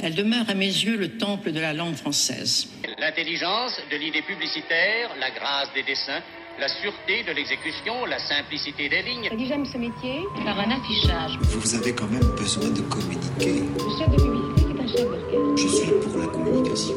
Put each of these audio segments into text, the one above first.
Elle demeure à mes yeux le temple de la langue française. L'intelligence de l'idée publicitaire, la grâce des dessins, la sûreté de l'exécution, la simplicité des lignes. J'aime ce métier par un affichage. Vous avez quand même besoin de communiquer. Le chef de publicité est un chef d'orchestre. Je suis pour la communication.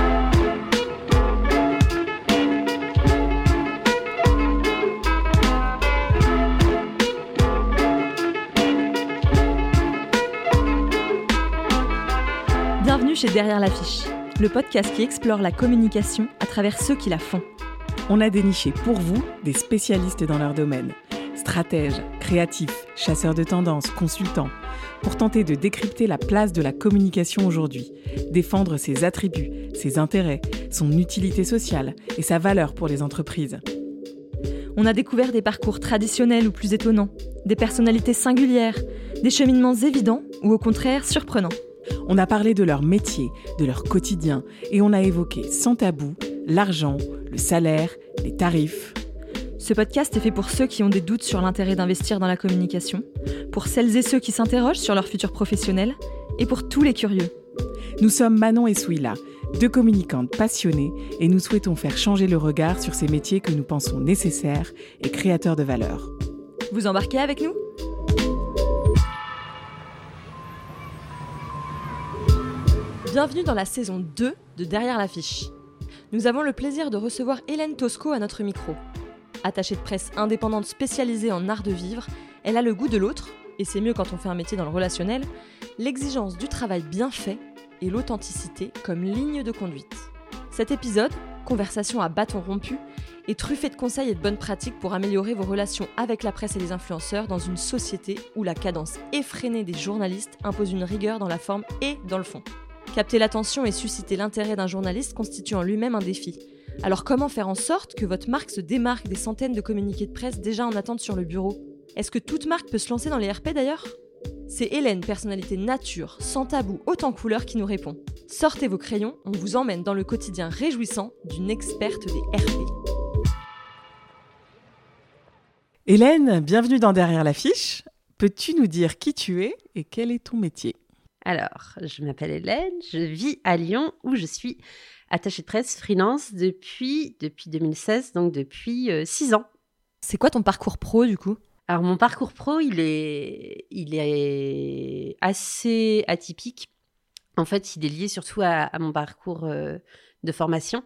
Bienvenue chez Derrière l'affiche, le podcast qui explore la communication à travers ceux qui la font. On a déniché pour vous des spécialistes dans leur domaine, stratèges, créatifs, chasseurs de tendances, consultants, pour tenter de décrypter la place de la communication aujourd'hui, défendre ses attributs, ses intérêts, son utilité sociale et sa valeur pour les entreprises. On a découvert des parcours traditionnels ou plus étonnants, des personnalités singulières, des cheminements évidents ou au contraire surprenants. On a parlé de leur métier, de leur quotidien et on a évoqué sans tabou l'argent, le salaire, les tarifs. Ce podcast est fait pour ceux qui ont des doutes sur l'intérêt d'investir dans la communication, pour celles et ceux qui s'interrogent sur leur futur professionnel et pour tous les curieux. Nous sommes Manon et Souila, deux communicantes passionnées et nous souhaitons faire changer le regard sur ces métiers que nous pensons nécessaires et créateurs de valeur. Vous embarquez avec nous ? Bienvenue dans la saison 2 de Derrière l'affiche. Nous avons le plaisir de recevoir Hélène Tosco à notre micro. Attachée de presse indépendante spécialisée en art de vivre, elle a le goût de l'autre, et c'est mieux quand on fait un métier dans le relationnel, l'exigence du travail bien fait et l'authenticité comme ligne de conduite. Cet épisode, conversation à bâton rompu, est truffé de conseils et de bonnes pratiques pour améliorer vos relations avec la presse et les influenceurs dans une société où la cadence effrénée des journalistes impose une rigueur dans la forme et dans le fond. Capter l'attention et susciter l'intérêt d'un journaliste constitue en lui-même un défi. Alors comment faire en sorte que votre marque se démarque des centaines de communiqués de presse déjà en attente sur le bureau ? Est-ce que toute marque peut se lancer dans les RP d'ailleurs ? C'est Hélène, personnalité nature, sans tabou, haute en couleurs, qui nous répond. Sortez vos crayons, on vous emmène dans le quotidien réjouissant d'une experte des RP. Hélène, bienvenue dans Derrière l'affiche. Peux-tu nous dire qui tu es et quel est ton métier ? Alors, je m'appelle Hélène, je vis à Lyon où je suis attachée de presse freelance depuis 2016, donc depuis 6 ans. C'est quoi ton parcours pro du coup ? Alors mon parcours pro, il est assez atypique. En fait, il est lié surtout à mon parcours de formation.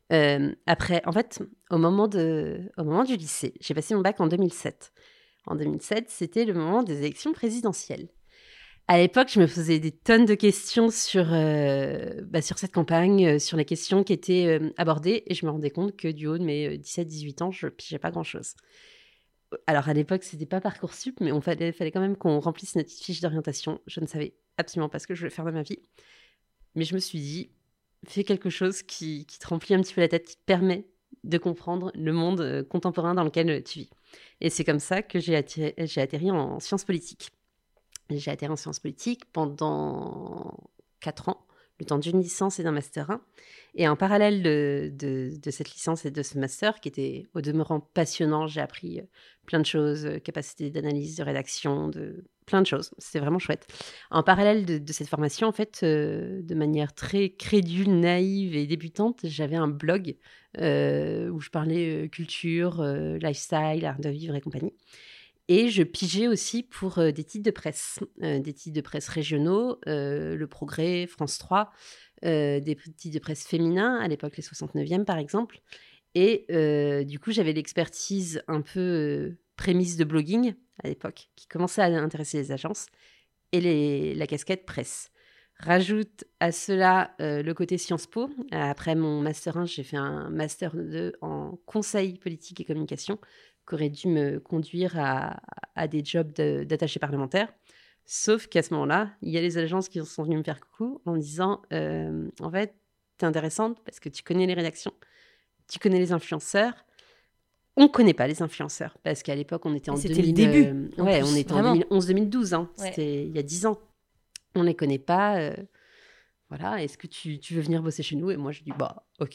Au moment du lycée, j'ai passé mon bac en 2007. En 2007, c'était le moment des élections présidentielles. À l'époque, je me posais des tonnes de questions sur cette campagne, sur les questions qui étaient abordées, et je me rendais compte que du haut de mes 17-18 ans, je ne pigeais pas grand-chose. Alors, à l'époque, ce n'était pas Parcoursup, mais il fallait quand même qu'on remplisse notre fiche d'orientation. Je ne savais absolument pas ce que je voulais faire de ma vie. Mais je me suis dit, fais quelque chose qui te remplit un petit peu la tête, qui te permet de comprendre le monde contemporain dans lequel tu vis. Et c'est comme ça que j'ai atterri en sciences politiques. J'ai atterri en sciences politiques pendant 4 ans, le temps d'une licence et d'un master 1. Et en parallèle de cette licence et de ce master, qui était au demeurant passionnant, j'ai appris plein de choses, capacité d'analyse, de rédaction, de plein de choses. C'était vraiment chouette. En parallèle de cette formation, en fait, de manière très crédule, naïve et débutante, j'avais un blog où je parlais culture, lifestyle, art de vivre et compagnie. Et je pigeais aussi pour des titres de presse régionaux, Le Progrès, France 3, des titres de presse féminins, à l'époque les 69e par exemple. Et du coup, j'avais l'expertise un peu prémisse de blogging à l'époque, qui commençait à intéresser les agences, et la casquette presse. Rajoute à cela le côté Sciences Po. Après mon Master 1, j'ai fait un Master 2 en conseil politique et communication, qui aurait dû me conduire à des jobs d'attaché parlementaire. Sauf qu'à ce moment-là, il y a les agences qui sont venues me faire coucou en me disant en fait, t'es intéressante parce que tu connais les rédactions, tu connais les influenceurs. On ne connaît pas les influenceurs parce qu'à l'époque, on était en c'était le début. On était en 2011-2012. Hein. Ouais. C'était il y a 10 ans. On ne les connaît pas. Voilà, est-ce que tu veux venir bosser chez nous ? Et moi, je dis, ok.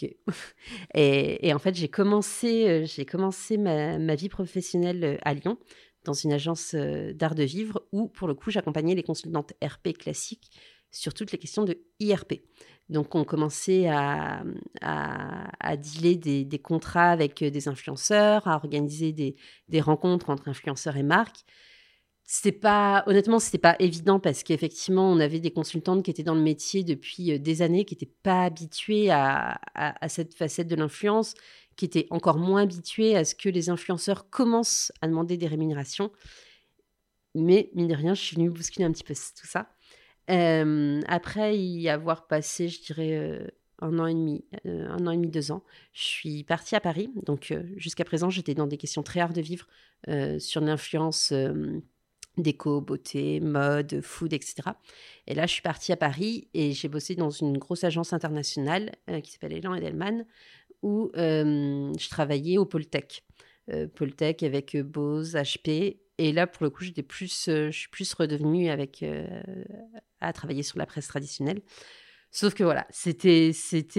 et en fait, j'ai commencé ma vie professionnelle à Lyon, dans une agence d'art de vivre, où, pour le coup, j'accompagnais les consultantes RP classiques sur toutes les questions de IRP. Donc, on commençait à dealer des contrats avec des influenceurs, à organiser des rencontres entre influenceurs et marques. Honnêtement, c'était pas évident parce qu'effectivement, on avait des consultantes qui étaient dans le métier depuis des années, qui n'étaient pas habituées à cette facette de l'influence, qui étaient encore moins habituées à ce que les influenceurs commencent à demander des rémunérations. Mais, mine de rien, je suis venue bousculer un petit peu tout ça. Après y avoir passé, je dirais, 1 an et demi, 2 ans, je suis partie à Paris. Donc, jusqu'à présent, j'étais dans des questions très art de vivre sur l'influence déco, beauté, mode, food, etc. Et là, je suis partie à Paris et j'ai bossé dans une grosse agence internationale qui s'appelle Elan Edelman, où je travaillais au pôle tech. Pôle tech avec Bose, HP. Et là, pour le coup, je suis plus redevenue à travailler sur la presse traditionnelle. Sauf que voilà, il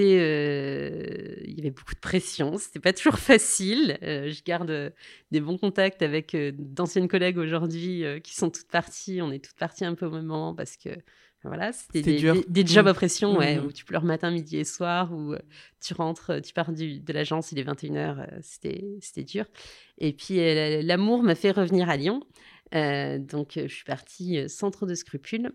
y avait beaucoup de pression, c'était pas toujours facile. Je garde des bons contacts avec d'anciennes collègues aujourd'hui qui sont toutes parties. On est toutes parties un peu au même moment parce que voilà, c'était des jobs à pression, ouais, où tu pleures matin, midi et soir, où tu rentres, tu pars de l'agence, il est 21h, c'était dur. Et puis l'amour m'a fait revenir à Lyon. Donc, je suis partie sans trop de scrupules.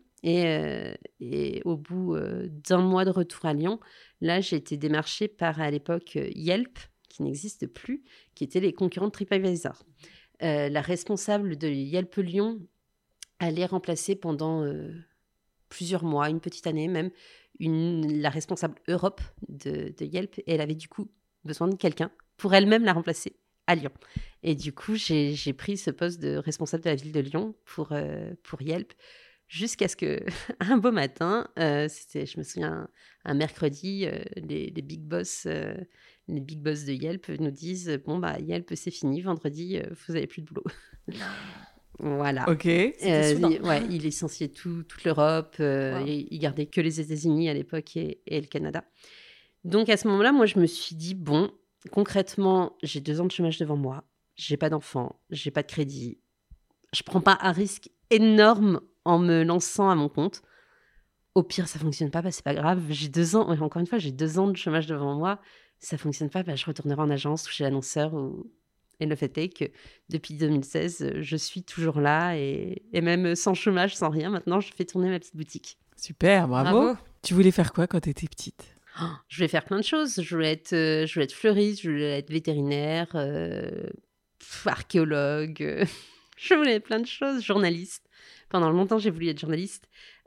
Et au bout d'1 mois de retour à Lyon, là, j'ai été démarchée par, à l'époque, Yelp, qui n'existe plus, qui étaient les concurrents de TripAdvisor. La responsable de Yelp Lyon allait remplacer pendant plusieurs mois, une petite année même, la responsable Europe de Yelp. Et elle avait du coup besoin de quelqu'un pour elle-même la remplacer à Lyon. Et du coup, j'ai pris ce poste de responsable de la ville de Lyon pour Yelp, jusqu'à ce qu'un beau matin, je me souviens, un mercredi, les big boss de Yelp nous disent « Bon, Yelp, c'est fini, vendredi, vous n'avez plus de boulot. » Voilà. Ok. Il licenciait toute l'Europe, Wow. il gardait que les États-Unis à l'époque et le Canada. Donc, à ce moment-là, moi, je me suis dit « Bon, concrètement, j'ai 2 ans de chômage devant moi, j'ai pas d'enfant, j'ai pas de crédit, je prends pas un risque énorme en me lançant à mon compte. Au pire, ça fonctionne pas, c'est pas grave. J'ai 2 ans, encore une fois, j'ai 2 ans de chômage devant moi. Ça fonctionne pas, je retournerai en agence ou chez l'annonceur. Et le fait est que depuis 2016, je suis toujours là et même sans chômage, sans rien. Maintenant, je fais tourner ma petite boutique. Super, bravo. Tu voulais faire quoi quand tu étais petite ? Je voulais faire plein de choses. Je voulais être fleuriste, je voulais être vétérinaire, archéologue. Je voulais plein de choses, journaliste. Pendant longtemps, j'ai voulu être journaliste.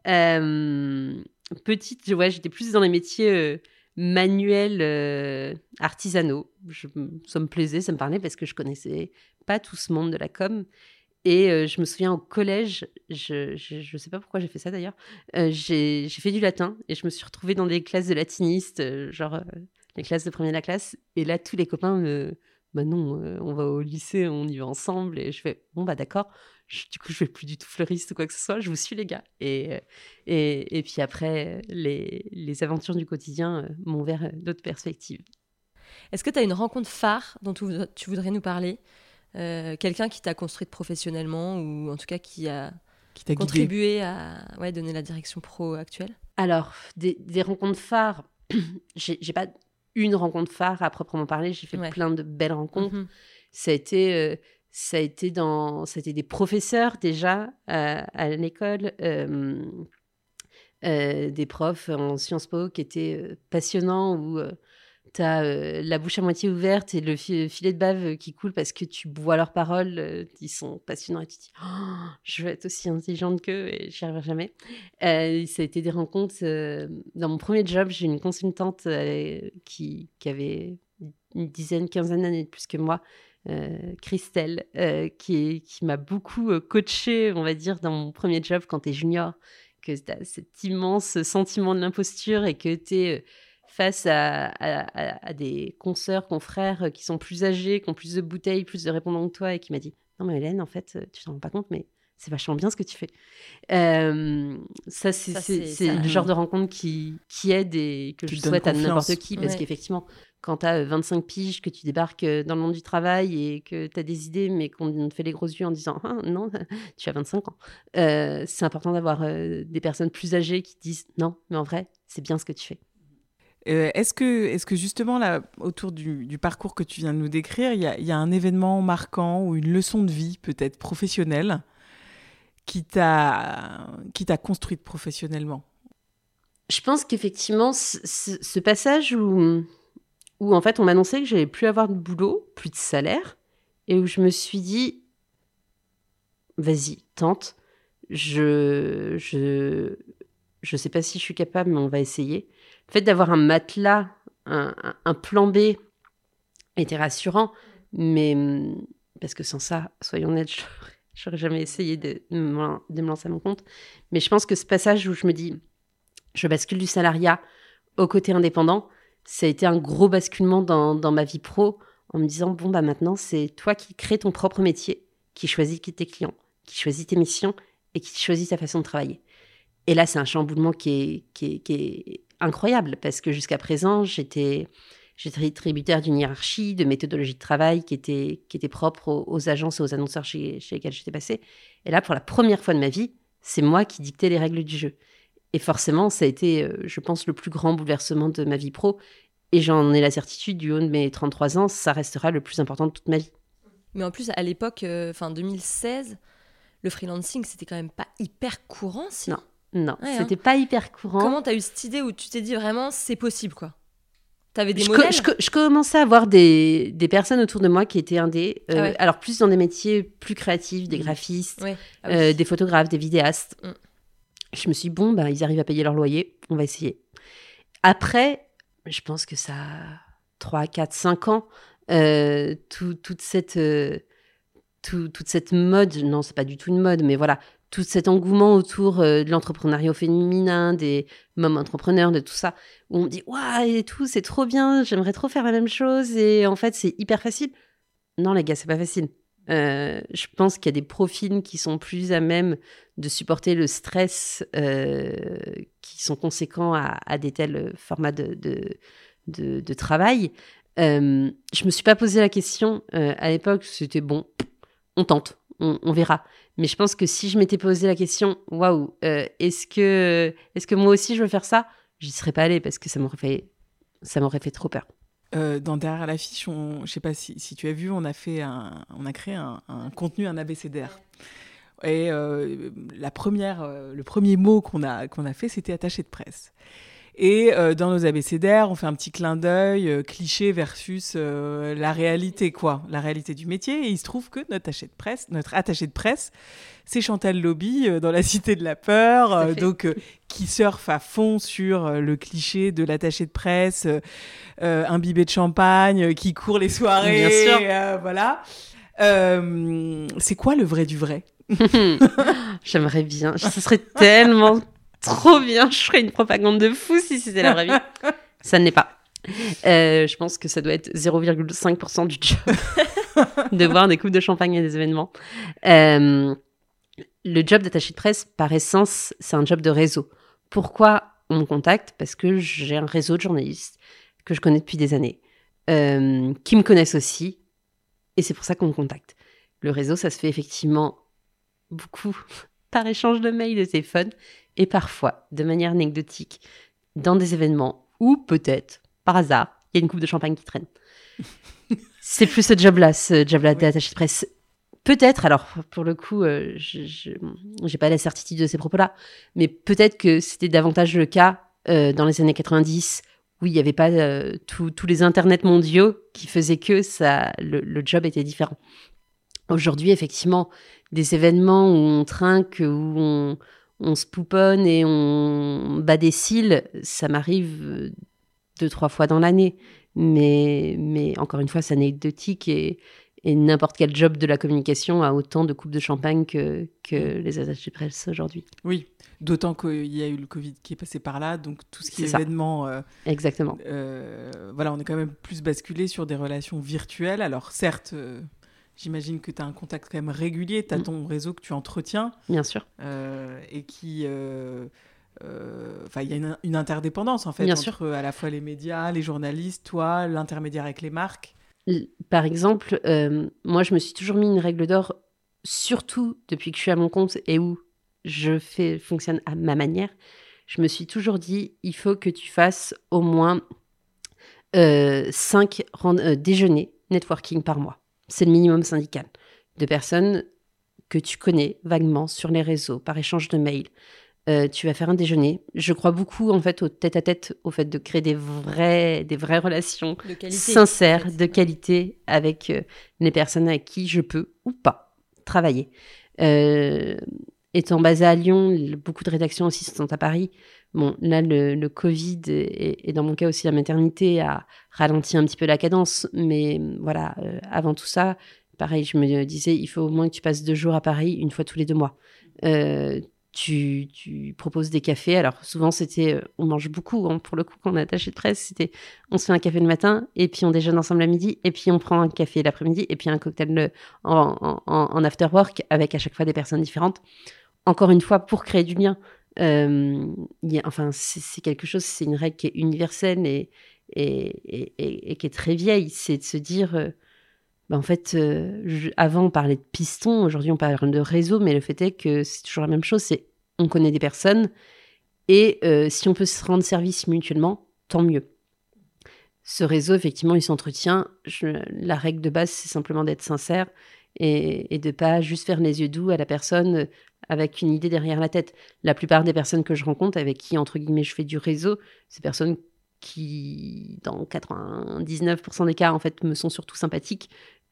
Petite, j'étais plus dans les métiers manuels, artisanaux. Ça me plaisait, ça me parlait parce que je connaissais pas tout ce monde de la com. Et je me souviens au collège, je sais pas pourquoi j'ai fait ça d'ailleurs, j'ai fait du latin et je me suis retrouvée dans des classes de latinistes, les classes de première de la classe. Et là, tous les copains non, on va au lycée, on y va ensemble. Et je fais, d'accord. Du coup, je fais plus du tout fleuriste ou quoi que ce soit. Je vous suis, les gars. Et puis après, les aventures du quotidien m'ont ouvert d'autres perspectives. Est-ce que tu as une rencontre phare dont tu voudrais nous parler ? Quelqu'un qui t'a construite professionnellement ou en tout cas qui t'a contribué à donner la direction pro actuelle ? Alors, des rencontres phares, j'ai pas une rencontre phare à proprement parler. J'ai fait plein de belles rencontres. Mm-hmm. Ça a été des professeurs déjà à l'école, des profs en Sciences Po qui étaient passionnants, où tu as la bouche à moitié ouverte et le filet de bave qui coule parce que tu bois leurs paroles. Ils sont passionnants et tu te dis je veux être aussi intelligente qu'eux et j'y arriverai jamais. Ça a été des rencontres. Dans mon premier job, j'ai une consultante qui avait une quinzaine d'années de plus que moi, Christelle, qui m'a beaucoup coachée, on va dire, dans mon premier job quand tu es junior, que tu as cet immense sentiment de l'imposture et que tu es face à des consoeurs, confrères qui sont plus âgés, qui ont plus de bouteilles, plus de répondants que toi, et qui m'a dit « Non mais Hélène, en fait, tu t'en rends pas compte, mais c'est vachement bien ce que tu fais. » C'est le genre de rencontre qui aide et que je souhaite à n'importe qui, parce qu'effectivement, quand tu as 25 piges, que tu débarques dans le monde du travail et que tu as des idées, mais qu'on te fait les gros yeux en disant « Ah non, tu as 25 ans ». C'est important d'avoir des personnes plus âgées qui disent « Non, mais en vrai, c'est bien ce que tu fais ». Est-ce que justement, là, autour du parcours que tu viens de nous décrire, il y a un événement marquant ou une leçon de vie, peut-être professionnelle, qui t'a construite professionnellement? Je pense qu'effectivement, ce passage où en fait on m'annonçait que j'allais plus avoir de boulot, plus de salaire, et où je me suis dit vas-y, tente. Je sais pas si je suis capable, mais on va essayer. Le fait d'avoir un matelas, un plan B était rassurant, mais parce que sans ça, soyons honnêtes, j'aurais jamais essayé de me lancer à mon compte. Mais je pense que ce passage où je me dis je bascule du salariat au côté indépendant, ça a été un gros basculement dans ma vie pro, en me disant, bon, bah maintenant, c'est toi qui crées ton propre métier, qui choisis tes clients, qui choisis tes missions et qui choisis ta façon de travailler. Et là, c'est un chamboulement qui est incroyable, parce que jusqu'à présent, j'étais tributaire d'une hiérarchie, de méthodologie de travail qui était propre aux agences et aux annonceurs chez lesquels j'étais passée. Et là, pour la première fois de ma vie, c'est moi qui dictais les règles du jeu. Et forcément, ça a été, je pense, le plus grand bouleversement de ma vie pro. Et j'en ai la certitude, du haut de mes 33 ans, ça restera le plus important de toute ma vie. Mais en plus, à l'époque, 2016, le freelancing, c'était quand même pas hyper courant, si? Non, c'était pas hyper courant. Comment t'as eu cette idée où tu t'es dit vraiment, c'est possible, quoi? T'avais des modèles? Je commençais à avoir des personnes autour de moi qui étaient indés. Alors, plus dans des métiers plus créatifs, des graphistes, des photographes, des vidéastes. Je me suis dit, bon, bah, ils arrivent à payer leur loyer, on va essayer. Après, je pense que ça a 3, 4, 5 ans, toute cette mode, non, c'est pas du tout une mode, mais voilà, tout cet engouement autour de l'entrepreneuriat féminin, des mômes entrepreneurs, de tout ça, où on me dit, waouh, et tout, c'est trop bien, j'aimerais trop faire la même chose, et en fait, c'est hyper facile. Non, les gars, c'est pas facile. Je pense qu'il y a des profils qui sont plus à même de supporter le stress qui sont conséquents à des tels formats de travail. Je me suis pas posé la question à l'époque, c'était bon, on tente, on verra. Mais je pense que si je m'étais posé la question, waouh, est-ce que moi aussi je veux faire ça, j'y serais pas allée parce que ça m'aurait fait trop peur. Dans Derrière l'affiche, je ne sais pas si tu as vu, on a créé un contenu, un abécédaire. Et le premier mot qu'on a fait, c'était attaché de presse. Et dans nos abécédaires, on fait un petit clin d'œil, cliché versus la réalité, quoi, la réalité du métier. Et il se trouve que notre attaché de presse, c'est Chantal Lobby dans La Cité de la Peur, qui surfe à fond sur le cliché de l'attaché de presse, imbibé de champagne, qui court les soirées. Bien sûr. Voilà. C'est quoi le vrai du vrai? J'aimerais bien. Ce serait tellement trop bien. Je ferais une propagande de fou si c'était la vraie vie. Ça ne l'est pas. Je pense que ça doit être 0,5% du job de voir des coupes de champagne et des événements. Le job d'attaché de presse, par essence, c'est un job de réseau. Pourquoi on me contacte? Parce que j'ai un réseau de journalistes que je connais depuis des années, qui me connaissent aussi, et c'est pour ça qu'on me contacte. Le réseau, ça se fait effectivement beaucoup par échange de mails, de téléphone, et parfois, de manière anecdotique, dans des événements où, peut-être, par hasard, il y a une coupe de champagne qui traîne. C'est plus ce job-là d'attaché de presse. Peut-être, alors pour le coup, j'ai pas la certitude de ces propos-là, mais peut-être que c'était davantage le cas dans les années 90, où il n'y avait pas tous les internets mondiaux qui faisaient que le job était différent. Aujourd'hui, effectivement, des événements où on trinque, où on se pouponne et on bat des cils, ça m'arrive 2-3 fois dans l'année. Mais encore une fois, c'est anecdotique et n'importe quel job de la communication a autant de coupes de champagne que les attachés de presse aujourd'hui. Oui, d'autant qu'il y a eu le Covid qui est passé par là, donc tout ce qui est événement... Exactement. Voilà, on est quand même plus basculé sur des relations virtuelles. Alors certes, j'imagine que tu as un contact quand même régulier, tu as ton réseau que tu entretiens. Bien sûr. Et qui il y a une interdépendance en fait Bien entre sûr. à la fois les médias, les journalistes, toi, l'intermédiaire avec les marques. Par exemple, moi, je me suis toujours mis une règle d'or, surtout depuis que je suis à mon compte et où fonctionne à ma manière. Je me suis toujours dit, il faut que tu fasses au moins 5 déjeuners networking par mois. C'est le minimum syndical. De personnes que tu connais vaguement sur les réseaux, par échange de mails. Tu vas faire un déjeuner. Je crois beaucoup en fait au tête-à-tête, au fait de créer des vraies relations De qualité, sincères, en fait. de qualité avec les personnes avec qui je peux ou pas travailler. Étant basée à Lyon, beaucoup de rédactions aussi sont à Paris. Bon, là, le Covid et dans mon cas aussi la maternité a ralenti un petit peu la cadence. Mais voilà, avant tout ça, pareil, je me disais, il faut au moins que tu passes 2 jours à Paris, une fois tous les 2 mois. Tu proposes des cafés. Alors souvent, c'était, on mange beaucoup, hein, pour le coup, quand on est attaché de presse, c'était, on se fait un café le matin, et puis on déjeune ensemble à midi, et puis on prend un café l'après-midi, et puis un cocktail en after work, avec à chaque fois des personnes différentes. Encore une fois, pour créer du lien. C'est quelque chose, c'est une règle qui est universelle et qui est très vieille. C'est de se dire, en fait, avant on parlait de piston, aujourd'hui on parle de réseau, mais le fait est que c'est toujours la même chose, c'est on connaît des personnes et si on peut se rendre service mutuellement, tant mieux. Ce réseau, effectivement, il s'entretient. La règle de base, c'est simplement d'être sincère et de pas juste faire les yeux doux à la personne avec une idée derrière la tête. La plupart des personnes que je rencontre, avec qui, entre guillemets, je fais du réseau, c'est personnes qui, dans 99% des cas, en fait, me sont surtout sympathiques.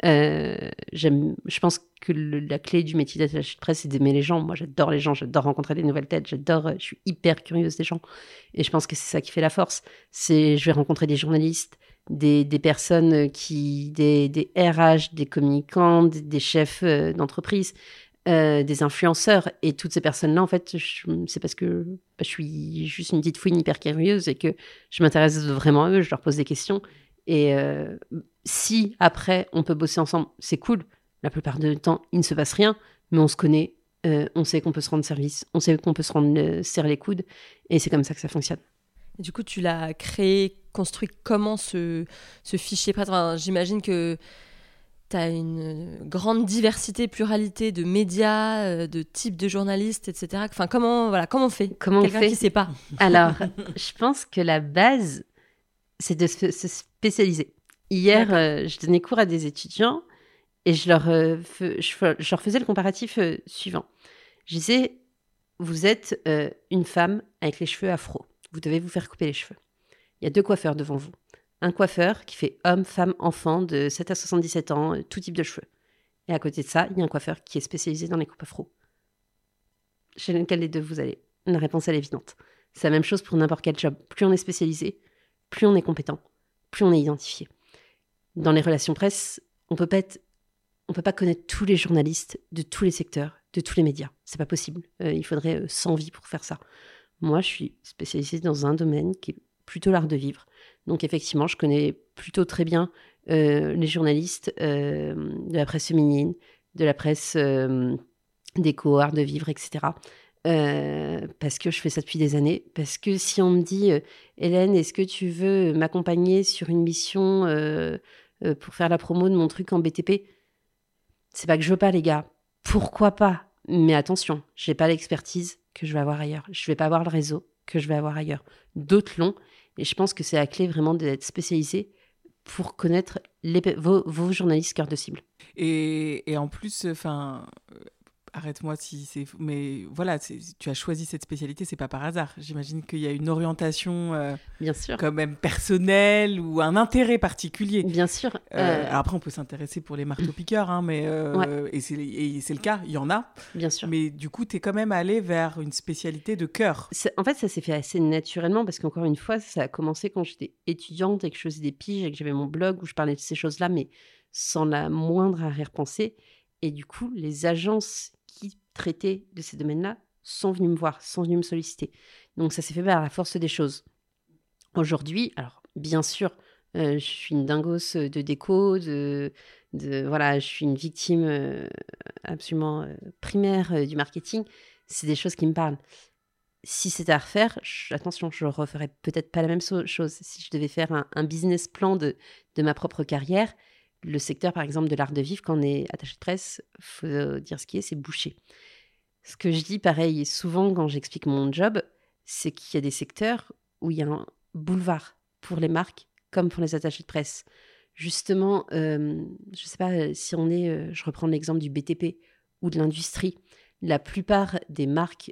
Je pense que la clé du métier d'attaché de presse, c'est d'aimer les gens. Moi, j'adore les gens, j'adore rencontrer des nouvelles têtes, je suis hyper curieuse des gens. Et je pense que c'est ça qui fait la force. Je vais rencontrer des journalistes, des personnes des RH, des communicants, des chefs d'entreprise, des influenceurs. Et toutes ces personnes-là, en fait, c'est parce que je suis juste une petite fouine hyper curieuse et que je m'intéresse vraiment à eux, je leur pose des questions. Et si après on peut bosser ensemble, c'est cool. La plupart du temps, il ne se passe rien, mais on se connaît, on sait qu'on peut se rendre service, on sait qu'on peut se rendre serrer les coudes, et c'est comme ça que ça fonctionne. Et du coup, tu l'as créé, construit comment ce fichier presse? Enfin, j'imagine que tu as une grande diversité, pluralité de médias, de types de journalistes, etc. Enfin, comment on fait? Quelqu'un qui ne sait pas. Alors, je pense que la base, c'est de se spécialiser. Hier, je donnais cours à des étudiants et je leur faisais le comparatif suivant. Je disais, vous êtes une femme avec les cheveux afro. Vous devez vous faire couper les cheveux. Il y a 2 coiffeurs devant vous. Un coiffeur qui fait homme, femme, enfant de 7 à 77 ans, tout type de cheveux. Et à côté de ça, il y a un coiffeur qui est spécialisé dans les coupes afro. Chez lequel des deux vous allez? La réponse, elle est évidente. C'est la même chose pour n'importe quel job. Plus on est spécialisé, plus on est compétent, plus on est identifié. Dans les relations presse, on peut pas connaître tous les journalistes de tous les secteurs, de tous les médias. C'est pas possible. Il faudrait 100 vies pour faire ça. Moi, je suis spécialisée dans un domaine qui est plutôt l'art de vivre. Donc effectivement, je connais plutôt très bien les journalistes de la presse féminine, de la presse déco, art de vivre, etc. Parce que je fais ça depuis des années. Parce que si on me dit Hélène, est-ce que tu veux m'accompagner sur une mission pour faire la promo de mon truc en BTP? C'est pas que je veux pas, les gars. Pourquoi pas? Mais attention, j'ai pas l'expertise que je vais avoir ailleurs. Je vais pas avoir le réseau que je vais avoir ailleurs. D'autres l'ont. Et je pense que c'est la clé vraiment d'être spécialisé pour connaître vos journalistes cœur de cible. Et en plus, arrête-moi si c'est... Mais voilà, tu as choisi cette spécialité, c'est pas par hasard. J'imagine qu'il y a une orientation bien sûr, quand même personnelle ou un intérêt particulier. Bien sûr. Alors après, on peut s'intéresser pour les marteaux-piqueurs, hein, mais, ouais. et c'est le cas, il y en a. Bien sûr. Mais du coup, tu es quand même allé vers une spécialité de cœur. En fait, ça s'est fait assez naturellement parce qu'encore une fois, ça a commencé quand j'étais étudiante et que je faisais des piges et que j'avais mon blog où je parlais de ces choses-là, mais sans la moindre arrière-pensée. Et du coup, les agences qui traitaient de ces domaines-là sont venues me voir, sont venues me solliciter. Donc, ça s'est fait par la force des choses. Aujourd'hui, alors, bien sûr, je suis une dingos de déco, voilà, je suis une victime absolument primaire du marketing. C'est des choses qui me parlent. si c'était à refaire, attention, je ne referais peut-être pas la même chose. Si je devais faire un business plan de ma propre carrière, le secteur, par exemple, de l'art de vivre, quand on est attaché de presse, il faut dire ce qui est, c'est bouché. Ce que je dis, pareil, souvent quand j'explique mon job, c'est qu'il y a des secteurs où il y a un boulevard pour les marques comme pour les attachés de presse. Justement, je ne sais pas si on est, je reprends l'exemple du BTP ou de l'industrie, la plupart des marques,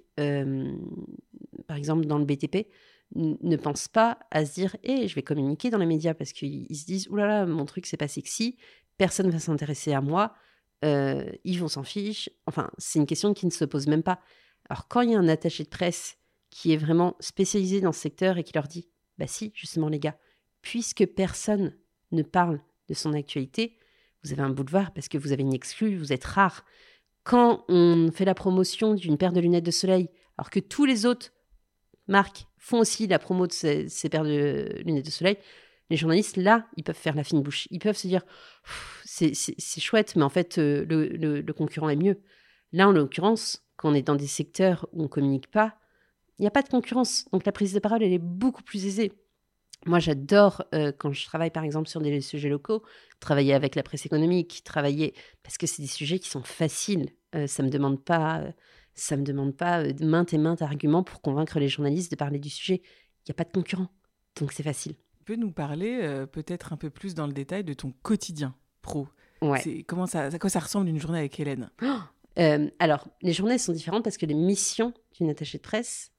par exemple dans le BTP, ne pensent pas à se dire je vais communiquer dans les médias parce qu'ils se disent « Oulala, mon truc, c'est pas sexy, personne ne va s'intéresser à moi, ils vont s'en fiche. » Enfin, c'est une question qui ne se pose même pas. Alors, quand il y a un attaché de presse qui est vraiment spécialisé dans ce secteur et qui leur dit « Bah si, justement les gars, puisque personne ne parle de son actualité, vous avez un boulevard parce que vous avez une exclue, vous êtes rare. » Quand on fait la promotion d'une paire de lunettes de soleil, alors que tous les autres marques font aussi la promo de ces paires de lunettes de soleil, les journalistes, là, ils peuvent faire la fine bouche. Ils peuvent se dire, c'est chouette, mais en fait, le concurrent est mieux. Là, en l'occurrence, quand on est dans des secteurs où on ne communique pas, il n'y a pas de concurrence. Donc, la prise de parole, elle est beaucoup plus aisée. Moi, j'adore, quand je travaille, par exemple, sur des sujets locaux, travailler avec la presse économique, parce que c'est des sujets qui sont faciles. Ça me demande pas maintes et maintes arguments pour convaincre les journalistes de parler du sujet. Il n'y a pas de concurrent, donc c'est facile. Tu peux nous parler peut-être un peu plus dans le détail de ton quotidien pro. Ouais. À quoi ça ressemble une journée avec Hélène? Alors, les journées sont différentes parce que les missions d'un attaché de presse,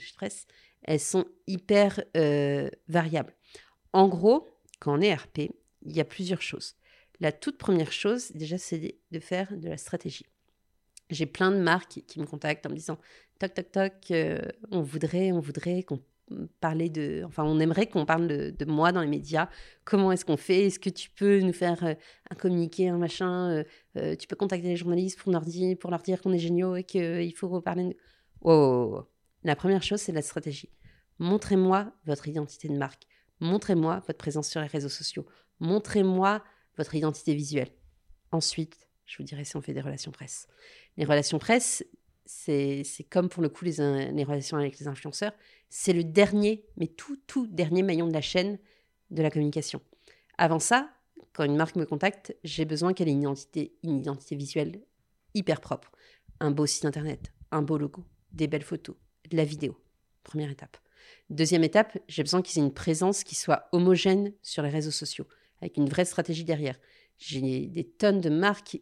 elles sont hyper variables. En gros, quand on est RP, il y a plusieurs choses. La toute première chose, déjà, c'est de faire de la stratégie. J'ai plein de marques qui me contactent en me disant « Toc, toc, toc, on voudrait qu'on parle on aimerait qu'on parle de moi dans les médias. Comment est-ce qu'on fait? Est-ce que tu peux nous faire un communiqué, un machin tu peux contacter les journalistes pour leur dire qu'on est géniaux et qu'il faut reparler de... » Wow. La première chose, c'est la stratégie. Montrez-moi votre identité de marque. Montrez-moi votre présence sur les réseaux sociaux. Montrez-moi votre identité visuelle. Ensuite, je vous dirai si on fait des relations presse. Les relations presse, c'est comme pour le coup les relations avec les influenceurs. C'est le dernier, mais tout dernier maillon de la chaîne de la communication. Avant ça, quand une marque me contacte, j'ai besoin qu'elle ait une identité visuelle hyper propre. Un beau site internet, un beau logo, des belles photos, de la vidéo. Première étape. Deuxième étape, j'ai besoin qu'ils aient une présence qui soit homogène sur les réseaux sociaux, avec une vraie stratégie derrière. J'ai des tonnes de marques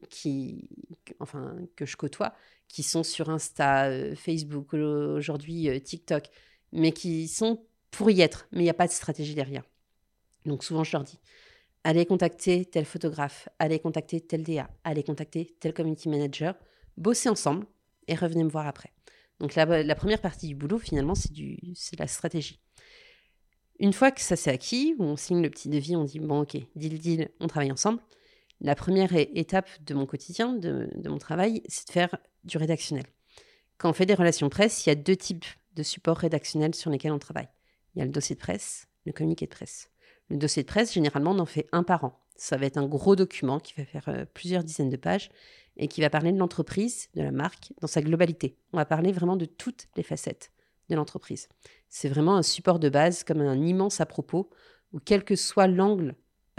que je côtoie, qui sont sur Insta, Facebook, aujourd'hui TikTok, mais qui sont pour y être, mais il n'y a pas de stratégie derrière. Donc souvent, je leur dis, allez contacter tel photographe, allez contacter tel DA, allez contacter tel community manager, bossez ensemble et revenez me voir après. Donc la première partie du boulot, finalement, c'est la stratégie. Une fois que ça s'est acquis, où on signe le petit devis, on dit, bon ok, deal, on travaille ensemble. La première étape de mon quotidien, de mon travail, c'est de faire du rédactionnel. Quand on fait des relations presse, il y a 2 types de supports rédactionnels sur lesquels on travaille. Il y a le dossier de presse, le communiqué de presse. Le dossier de presse, généralement, on en fait un par an. Ça va être un gros document qui va faire plusieurs dizaines de pages et qui va parler de l'entreprise, de la marque, dans sa globalité. On va parler vraiment de toutes les facettes de l'entreprise. C'est vraiment un support de base, comme un immense à propos, où quel que soit l'angle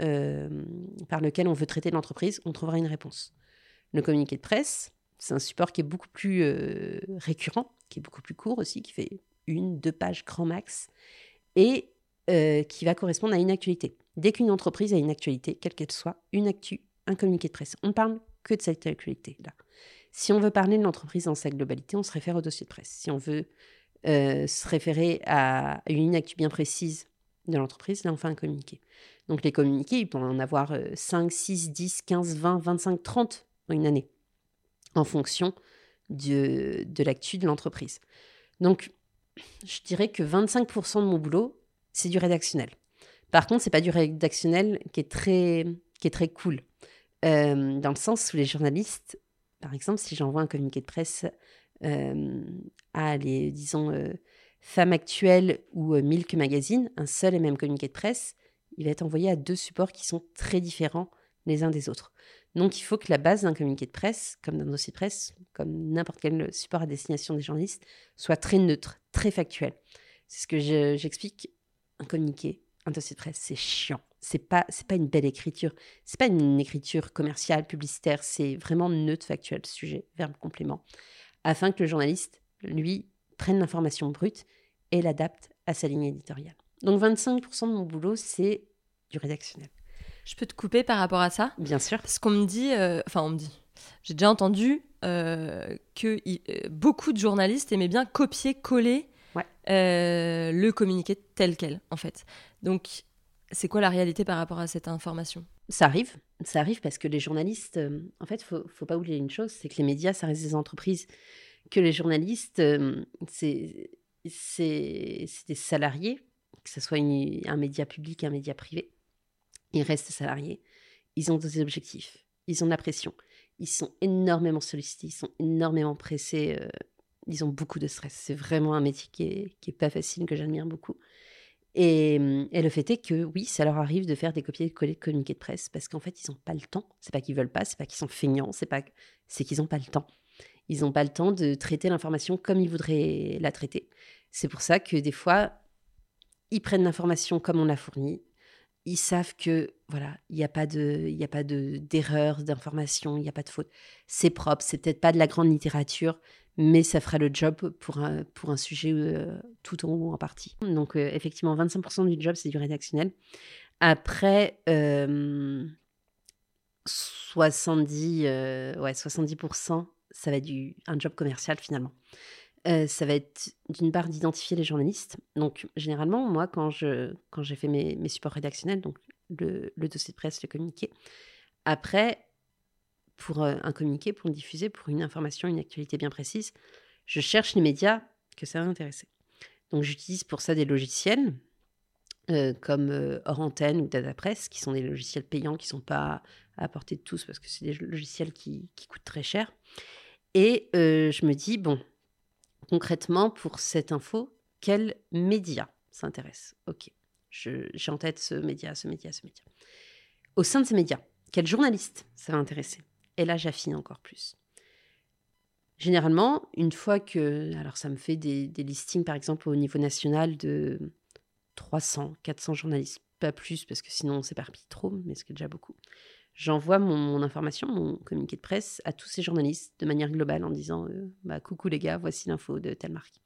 par lequel on veut traiter l'entreprise, on trouvera une réponse. Le communiqué de presse, c'est un support qui est beaucoup plus récurrent, qui est beaucoup plus court aussi, qui fait 1-2 pages grand max, et qui va correspondre à une actualité. Dès qu'une entreprise a une actualité, quelle qu'elle soit, une actu, un communiqué de presse, on ne parle que de cette actualité-là. Si on veut parler de l'entreprise dans sa globalité, on se réfère au dossier de presse. Si on veut se référer à une actu bien précise de l'entreprise, là on fait un communiqué. Donc les communiqués, ils peuvent en avoir 5, 6, 10, 15, 20, 25, 30 dans une année, en fonction de l'actu de l'entreprise. Donc je dirais que 25% de mon boulot, c'est du rédactionnel. Par contre, ce n'est pas du rédactionnel qui est très cool. Dans le sens où les journalistes, par exemple, si j'envoie un communiqué de presse à les, disons, Femmes Actuelles ou Milk Magazine, un seul et même communiqué de presse, il va être envoyé à 2 supports qui sont très différents les uns des autres. Donc, il faut que la base d'un communiqué de presse, comme d'un dossier de presse, comme n'importe quel support à destination des journalistes, soit très neutre, très factuel. C'est ce que j'explique. Un communiqué, un dossier de presse, c'est chiant. C'est pas une belle écriture. C'est pas une écriture commerciale, publicitaire. C'est vraiment neutre, factuel, sujet, verbe, complément. Afin que le journaliste, lui, prenne l'information brute et l'adapte à sa ligne éditoriale. Donc, 25% de mon boulot, c'est du rédactionnel. Je peux te couper par rapport à ça ? Bien sûr. Parce qu'on me dit... j'ai déjà entendu que beaucoup de journalistes aimaient bien copier-coller le communiqué tel quel, en fait. Donc, c'est quoi la réalité par rapport à cette information ? Ça arrive parce que les journalistes... en fait, faut pas oublier une chose, c'est que les médias, ça reste des entreprises. Que les journalistes, c'est des salariés, que ce soit un média public, un média privé. Ils restent salariés. Ils ont des objectifs. Ils ont de la pression. Ils sont énormément sollicités. Ils sont énormément pressés. Ils ont beaucoup de stress. C'est vraiment un métier qui est pas facile, que j'admire beaucoup. Et le fait est que, oui, ça leur arrive de faire des copier-coller de communiqués de presse parce qu'en fait, ils n'ont pas le temps. C'est pas qu'ils veulent pas, c'est pas qu'ils sont feignants, c'est qu'ils n'ont pas le temps. Ils n'ont pas le temps de traiter l'information comme ils voudraient la traiter. C'est pour ça que des fois, ils prennent l'information comme on l'a fournie. Ils savent que, voilà, il n'y a pas d'erreur d'information, il n'y a pas de faute. C'est propre, c'est peut-être pas de la grande littérature, mais ça fera le job pour un sujet tout en haut en partie. Donc, effectivement, 25% du job, c'est du rédactionnel. Après, 70%, ça va être un job commercial, finalement. Ça va être d'une part d'identifier les journalistes. Donc, généralement, moi, quand j'ai fait mes supports rédactionnels, donc le dossier de presse, le communiqué, après, pour un communiqué, pour le diffuser, pour une information, une actualité bien précise, je cherche les médias que ça va intéresser. Donc, j'utilise pour ça des logiciels comme Hors Antenne ou Datapress, qui sont des logiciels payants, qui ne sont pas à portée de tous, parce que c'est des logiciels qui coûtent très cher. Et je me dis, bon, concrètement, pour cette info, quel média s'intéresse ? Ok, j'ai en tête ce média. Au sein de ces médias, quel journaliste ça va intéresser ? Et là, j'affine encore plus. Généralement, une fois que... Alors, ça me fait des listings, par exemple, au niveau national de 300, 400 journalistes. Pas plus, parce que sinon, on s'éparpille trop, mais ce qui est déjà beaucoup. J'envoie mon information, mon communiqué de presse à tous ces journalistes de manière globale en disant coucou les gars, voici l'info de telle marque.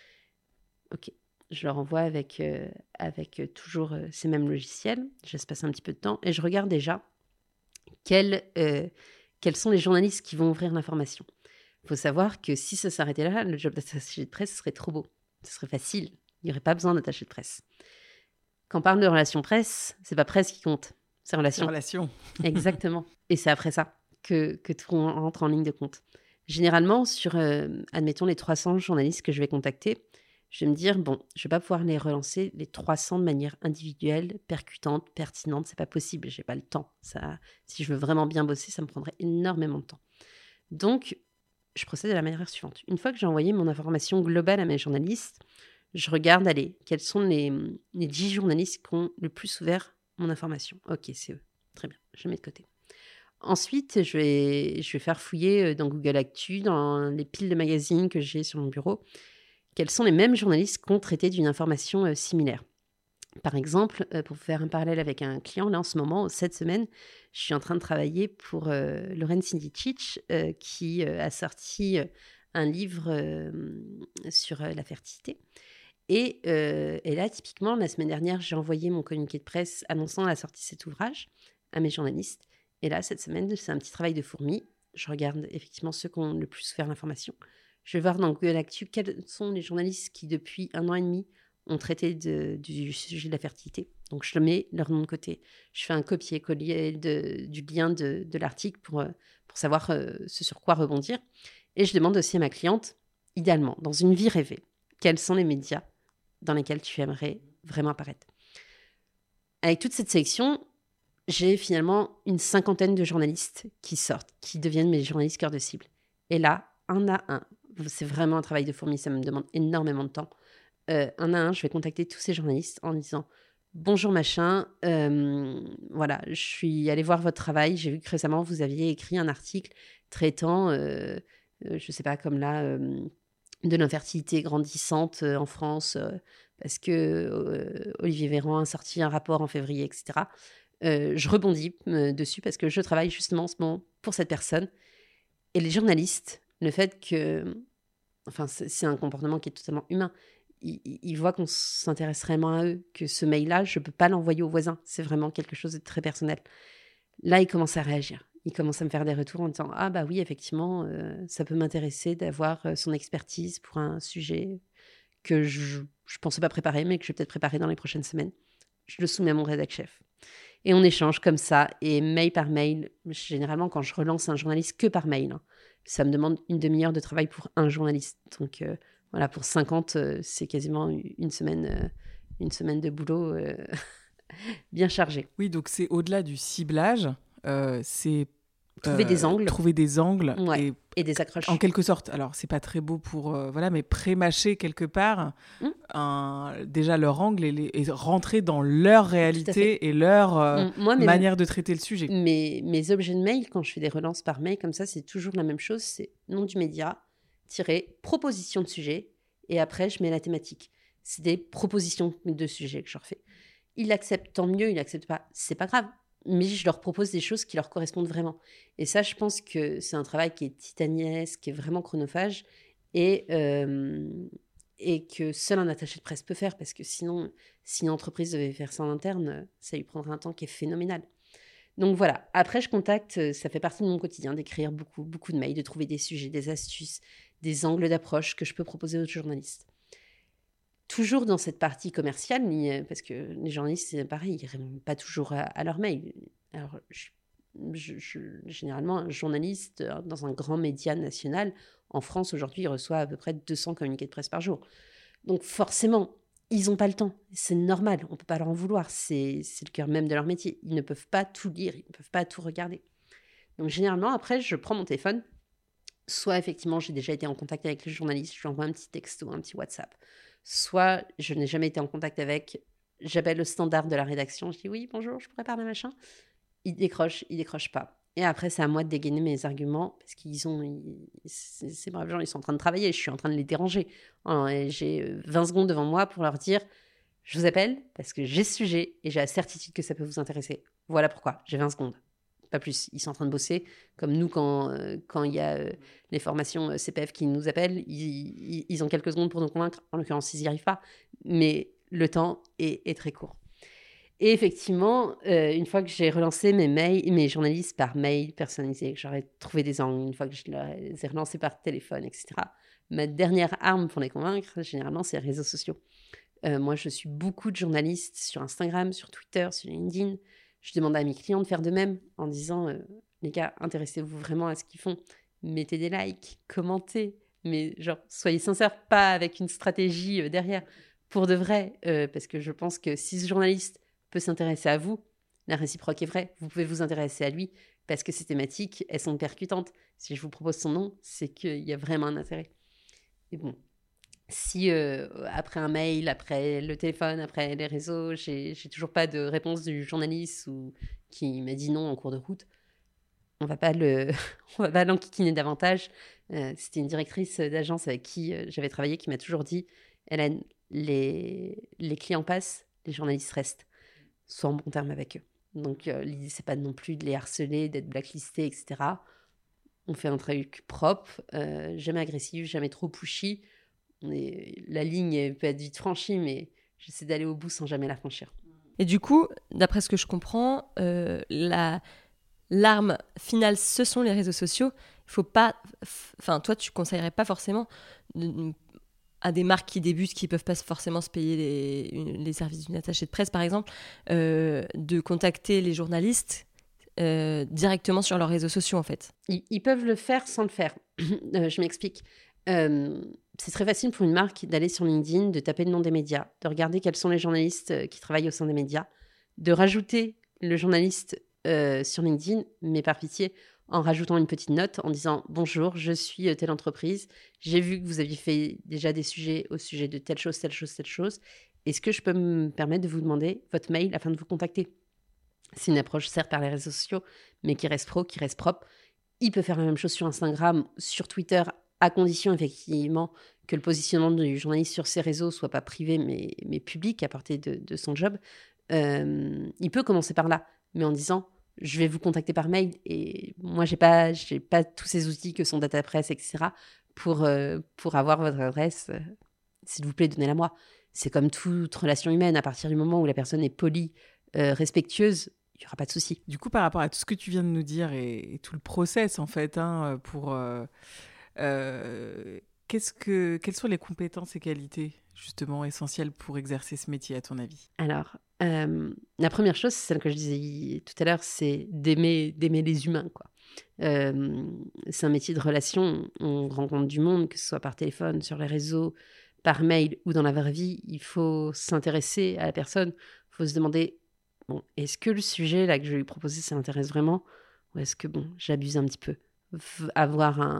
Ok, je leur envoie avec toujours ces mêmes logiciels. Je laisse passer un petit peu de temps et je regarde déjà quels sont les journalistes qui vont ouvrir l'information. Il faut savoir que si ça s'arrêtait là, le job d'attaché de presse serait trop beau. Ce serait facile. Il n'y aurait pas besoin d'attaché de presse. Quand on parle de relations presse, c'est pas presse qui compte. C'est relation. Exactement. Et c'est après ça que tout rentre en ligne de compte. Généralement, sur, admettons, les 300 journalistes que je vais contacter, je vais me dire, bon, je ne vais pas pouvoir les relancer les 300 de manière individuelle, percutante, pertinente. Ce n'est pas possible, je n'ai pas le temps. Ça, si je veux vraiment bien bosser, ça me prendrait énormément de temps. Donc, je procède de la manière suivante. Une fois que j'ai envoyé mon information globale à mes journalistes, je regarde, quels sont les 10 journalistes qui ont le plus ouvert mon information. Ok, c'est eux. Très bien, je mets de côté. Ensuite, je vais faire fouiller dans Google Actu, dans les piles de magazines que j'ai sur mon bureau, quels sont les mêmes journalistes qui ont traité d'une information similaire. Par exemple, pour faire un parallèle avec un client, là en ce moment, cette semaine, je suis en train de travailler pour Loren Sindicic, qui a sorti un livre sur la fertilité. Et là, typiquement, la semaine dernière, j'ai envoyé mon communiqué de presse annonçant la sortie de cet ouvrage à mes journalistes. Et là, cette semaine, c'est un petit travail de fourmi. Je regarde effectivement ceux qui ont le plus ouvert l'information. Je vais voir dans Google Actu quels sont les journalistes qui, depuis 1 an et demi, ont traité du sujet de la fertilité. Donc, je mets leur nom de côté. Je fais un copier-coller du lien de l'article pour savoir ce sur quoi rebondir. Et je demande aussi à ma cliente, idéalement, dans une vie rêvée, quels sont les médias dans lesquels tu aimerais vraiment apparaître. Avec toute cette sélection, j'ai finalement une 50aine de journalistes qui sortent, qui deviennent mes journalistes cœur de cible. Et là, un à un, c'est vraiment un travail de fourmi, ça me demande énormément de temps. Un à un, je vais contacter tous ces journalistes en disant Bonjour machin, voilà, je suis allée voir votre travail. J'ai vu que récemment, vous aviez écrit un article traitant, je sais pas, comme là, de l'infertilité grandissante en France, parce que Olivier Véran a sorti un rapport en février, etc. Je rebondis dessus parce que je travaille justement en ce moment pour cette personne. Et les journalistes, le fait que... Enfin, c'est un comportement qui est totalement humain. Ils voient qu'on s'intéresse vraiment à eux, que ce mail-là, je ne peux pas l'envoyer au voisin. C'est vraiment quelque chose de très personnel. Là, ils commencent à réagir. Ils commencent à me faire des retours en disant « Ah bah oui, effectivement, ça peut m'intéresser d'avoir son expertise pour un sujet que je ne pensais pas préparer, mais que je vais peut-être préparer dans les prochaines semaines. » Je le soumets à mon rédac-chef. Et on échange comme ça, et mail par mail. Généralement, quand je relance un journaliste, que par mail, hein, ça me demande une demi-heure de travail pour un journaliste. Donc voilà, pour 50, c'est quasiment une semaine de boulot bien chargée. Oui, donc c'est au-delà du ciblage, c'est trouver des angles ouais, et des accroches. En quelque sorte, alors c'est pas très beau pour voilà, mais pré-mâcher quelque part déjà leur angle et rentrer dans leur réalité et leur manière de traiter le sujet. Mes objets de mail, quand je fais des relances par mail comme ça, c'est toujours la même chose, c'est nom du média, proposition de sujet, et après je mets la thématique. C'est des propositions de sujets que je refais. Ils l'acceptent, tant mieux, ils l'acceptent pas, c'est pas grave. Mais je leur propose des choses qui leur correspondent vraiment. Et ça, je pense que c'est un travail qui est titanesque, qui est vraiment chronophage, et que seul un attaché de presse peut faire, parce que sinon, si une entreprise devait faire ça en interne, ça lui prendrait un temps qui est phénoménal. Donc voilà, après je contacte, ça fait partie de mon quotidien, d'écrire beaucoup de mails, de trouver des sujets, des astuces, des angles d'approche que je peux proposer aux journalistes. Toujours dans cette partie commerciale, parce que les journalistes, c'est pareil, ils ne répondent pas toujours à leurs mails. Alors, généralement, un journaliste dans un grand média national, en France, aujourd'hui, il reçoit à peu près 200 communiqués de presse par jour. Donc forcément, ils n'ont pas le temps. C'est normal, on ne peut pas leur en vouloir. C'est le cœur même de leur métier. Ils ne peuvent pas tout lire, ils ne peuvent pas tout regarder. Donc généralement, après, je prends mon téléphone. Soit, effectivement, j'ai déjà été en contact avec les journalistes, je lui envoie un petit texto, un petit WhatsApp. Soit, je n'ai jamais été en contact avec, j'appelle le standard de la rédaction, je dis oui, bonjour, je pourrais parler machin. Ils décrochent pas. Et après, c'est à moi de dégainer mes arguments, parce ces braves gens, ils sont en train de travailler, je suis en train de les déranger. Alors, j'ai 20 secondes devant moi pour leur dire, je vous appelle parce que j'ai ce sujet et j'ai la certitude que ça peut vous intéresser. Voilà pourquoi, j'ai 20 secondes. Pas plus, ils sont en train de bosser. Comme nous, quand il y a les formations CPF qui nous appellent, ils ont quelques secondes pour nous convaincre. En l'occurrence, ils n'y arrivent pas. Mais le temps est très court. Et effectivement, une fois que j'ai relancé mes journalistes par mail personnalisé, que j'aurais trouvé des angles, une fois que je les ai relancés par téléphone, etc., ma dernière arme pour les convaincre, généralement, c'est les réseaux sociaux. Moi, je suis beaucoup de journalistes sur Instagram, sur Twitter, sur LinkedIn. Je demande à mes clients de faire de même en disant les gars, intéressez-vous vraiment à ce qu'ils font. Mettez des likes, commentez, mais genre, soyez sincères, pas avec une stratégie derrière. Pour de vrai, parce que je pense que si ce journaliste peut s'intéresser à vous, la réciproque est vraie. Vous pouvez vous intéresser à lui parce que ces thématiques, elles sont percutantes. Si je vous propose son nom, c'est qu'il y a vraiment un intérêt. Et bon, si après un mail, après le téléphone, après les réseaux, j'ai toujours pas de réponse du journaliste ou qui m'a dit non en cours de route, on va pas l'enquiquiner davantage. C'était une directrice d'agence avec qui j'avais travaillé qui m'a toujours dit « Hélène, les clients passent, les journalistes restent. Sois en bon terme avec eux. » Donc l'idée, c'est pas non plus de les harceler, d'être blacklistés, etc. On fait un truc propre, jamais agressif, jamais trop pushy. La ligne peut être vite franchie, mais j'essaie d'aller au bout sans jamais la franchir. Et du coup, d'après ce que je comprends, l'arme finale, ce sont les réseaux sociaux. Il faut pas, toi, tu conseillerais pas forcément à des marques qui débutent, qui peuvent pas forcément se payer les services d'une attachée de presse, par exemple, de contacter les journalistes directement sur leurs réseaux sociaux, en fait. Ils peuvent le faire sans le faire. Je m'explique. C'est très facile pour une marque d'aller sur LinkedIn, de taper le nom des médias, de regarder quels sont les journalistes qui travaillent au sein des médias, de rajouter le journaliste sur LinkedIn, mais par pitié, en rajoutant une petite note, en disant « Bonjour, je suis telle entreprise, j'ai vu que vous aviez fait déjà des sujets au sujet de telle chose, est-ce que je peux me permettre de vous demander votre mail afin de vous contacter ? C'est une approche certes par les réseaux sociaux, mais qui reste pro, qui reste propre. Il peut faire la même chose sur Instagram, sur Twitter, à condition effectivement que le positionnement du journaliste sur ces réseaux soit pas privé, mais public, à portée de son job. Il peut commencer par là, mais en disant « je vais vous contacter par mail » et moi, j'ai pas tous ces outils que sont DataPress, etc. pour avoir votre adresse. S'il vous plaît, donnez-la moi. C'est comme toute relation humaine, à partir du moment où la personne est polie, respectueuse, il n'y aura pas de souci. Du coup, par rapport à tout ce que tu viens de nous dire et tout le process, en fait, quelles sont les compétences et qualités, justement, essentielles pour exercer ce métier, à ton avis ? Alors, la première chose, c'est celle que je disais tout à l'heure, c'est d'aimer les humains, quoi. C'est un métier de relation, on rencontre du monde, que ce soit par téléphone, sur les réseaux, par mail ou dans la vraie vie. Il faut s'intéresser à la personne, il faut se demander, bon, est-ce que le sujet là que je vais lui proposer, ça l'intéresse vraiment ? Ou est-ce que, j'abuse un petit peu ? Avoir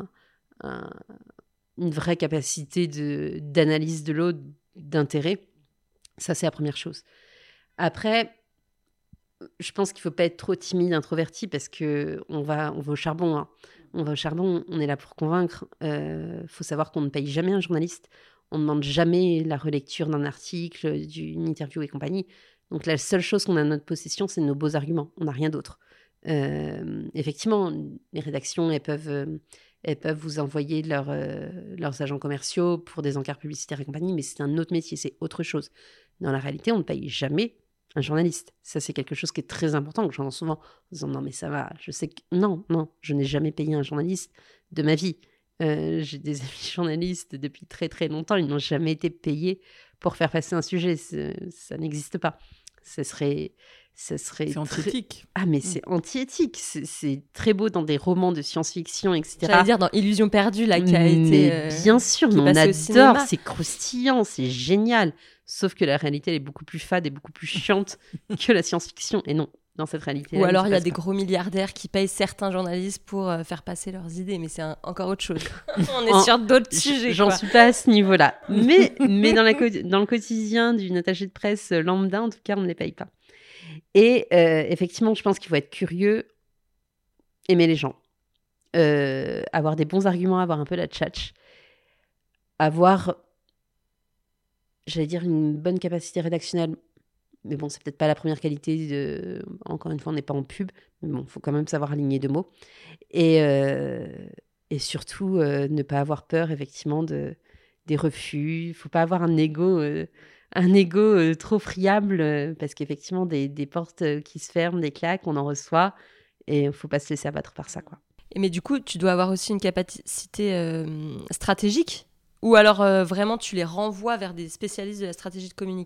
une vraie capacité d'analyse de l'autre, d'intérêt, ça c'est la première chose. Après, je pense qu'il ne faut pas être trop timide, introverti, parce qu'on va au charbon. Hein. On va au charbon, on est là pour convaincre. Faut savoir qu'on ne paye jamais un journaliste. On ne demande jamais la relecture d'un article, d'une interview et compagnie. Donc la seule chose qu'on a à notre possession, c'est nos beaux arguments. On n'a rien d'autre. Effectivement, les rédactions, elles peuvent vous envoyer leurs agents commerciaux pour des encarts publicitaires et compagnie, mais c'est un autre métier, c'est autre chose. Dans la réalité, on ne paye jamais un journaliste. Ça, c'est quelque chose qui est très important, que j'entends souvent en disant « Non, mais ça va, je sais que… » Non, je n'ai jamais payé un journaliste de ma vie. J'ai des amis journalistes depuis très, très longtemps. Ils n'ont jamais été payés pour faire passer un sujet. Ça n'existe pas. Ça serait c'est anti-éthique. Ah, mais c'est anti-éthique. C'est très beau dans des romans de science-fiction, etc. J'allais dire dans Illusion perdue, là, qui a été… bien sûr, mais on adore. C'est croustillant, c'est génial. Sauf que la réalité, elle est beaucoup plus fade et beaucoup plus chiante que la science-fiction. Et non, dans cette réalité. Ou alors, il y a des gros milliardaires qui payent certains journalistes pour faire passer leurs idées. Mais c'est encore autre chose. On est sur d'autres sujets. J'en suis pas à ce niveau-là. Mais dans le quotidien d'une attachée de presse lambda, en tout cas, on ne les paye pas. Et effectivement, je pense qu'il faut être curieux, aimer les gens, avoir des bons arguments, avoir un peu la tchatch, avoir, j'allais dire, une bonne capacité rédactionnelle. Mais bon, c'est peut-être pas la première qualité. Encore une fois, on n'est pas en pub. Mais bon, il faut quand même savoir aligner deux mots. Et surtout, ne pas avoir peur, effectivement, des refus. Il ne faut pas avoir un ego trop friable, parce qu'effectivement, des portes qui se ferment, des claques, on en reçoit. Et il ne faut pas se laisser abattre par ça, quoi. Mais du coup, tu dois avoir aussi une capacité stratégique ? Ou alors, vraiment, tu les renvoies vers des spécialistes de la stratégie de communication ?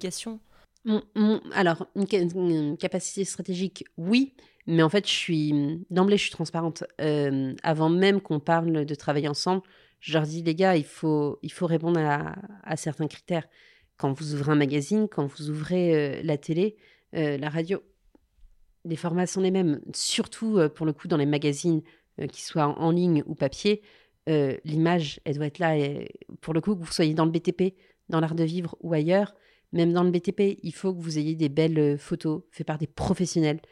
Alors, une capacité stratégique, oui, mais en fait, d'emblée, je suis transparente. Avant même qu'on parle de travailler ensemble, je leur dis, les gars, il faut répondre à certains critères. Quand vous ouvrez un magazine, quand vous ouvrez la télé, la radio, les formats sont les mêmes. Surtout, pour le coup, dans les magazines, qu'ils soient en ligne ou papier, l'image, elle doit être là. Et pour le coup, que vous soyez dans le BTP, dans l'art de vivre ou ailleurs, même dans le BTP, il faut que vous ayez des belles photos faites par des professionnels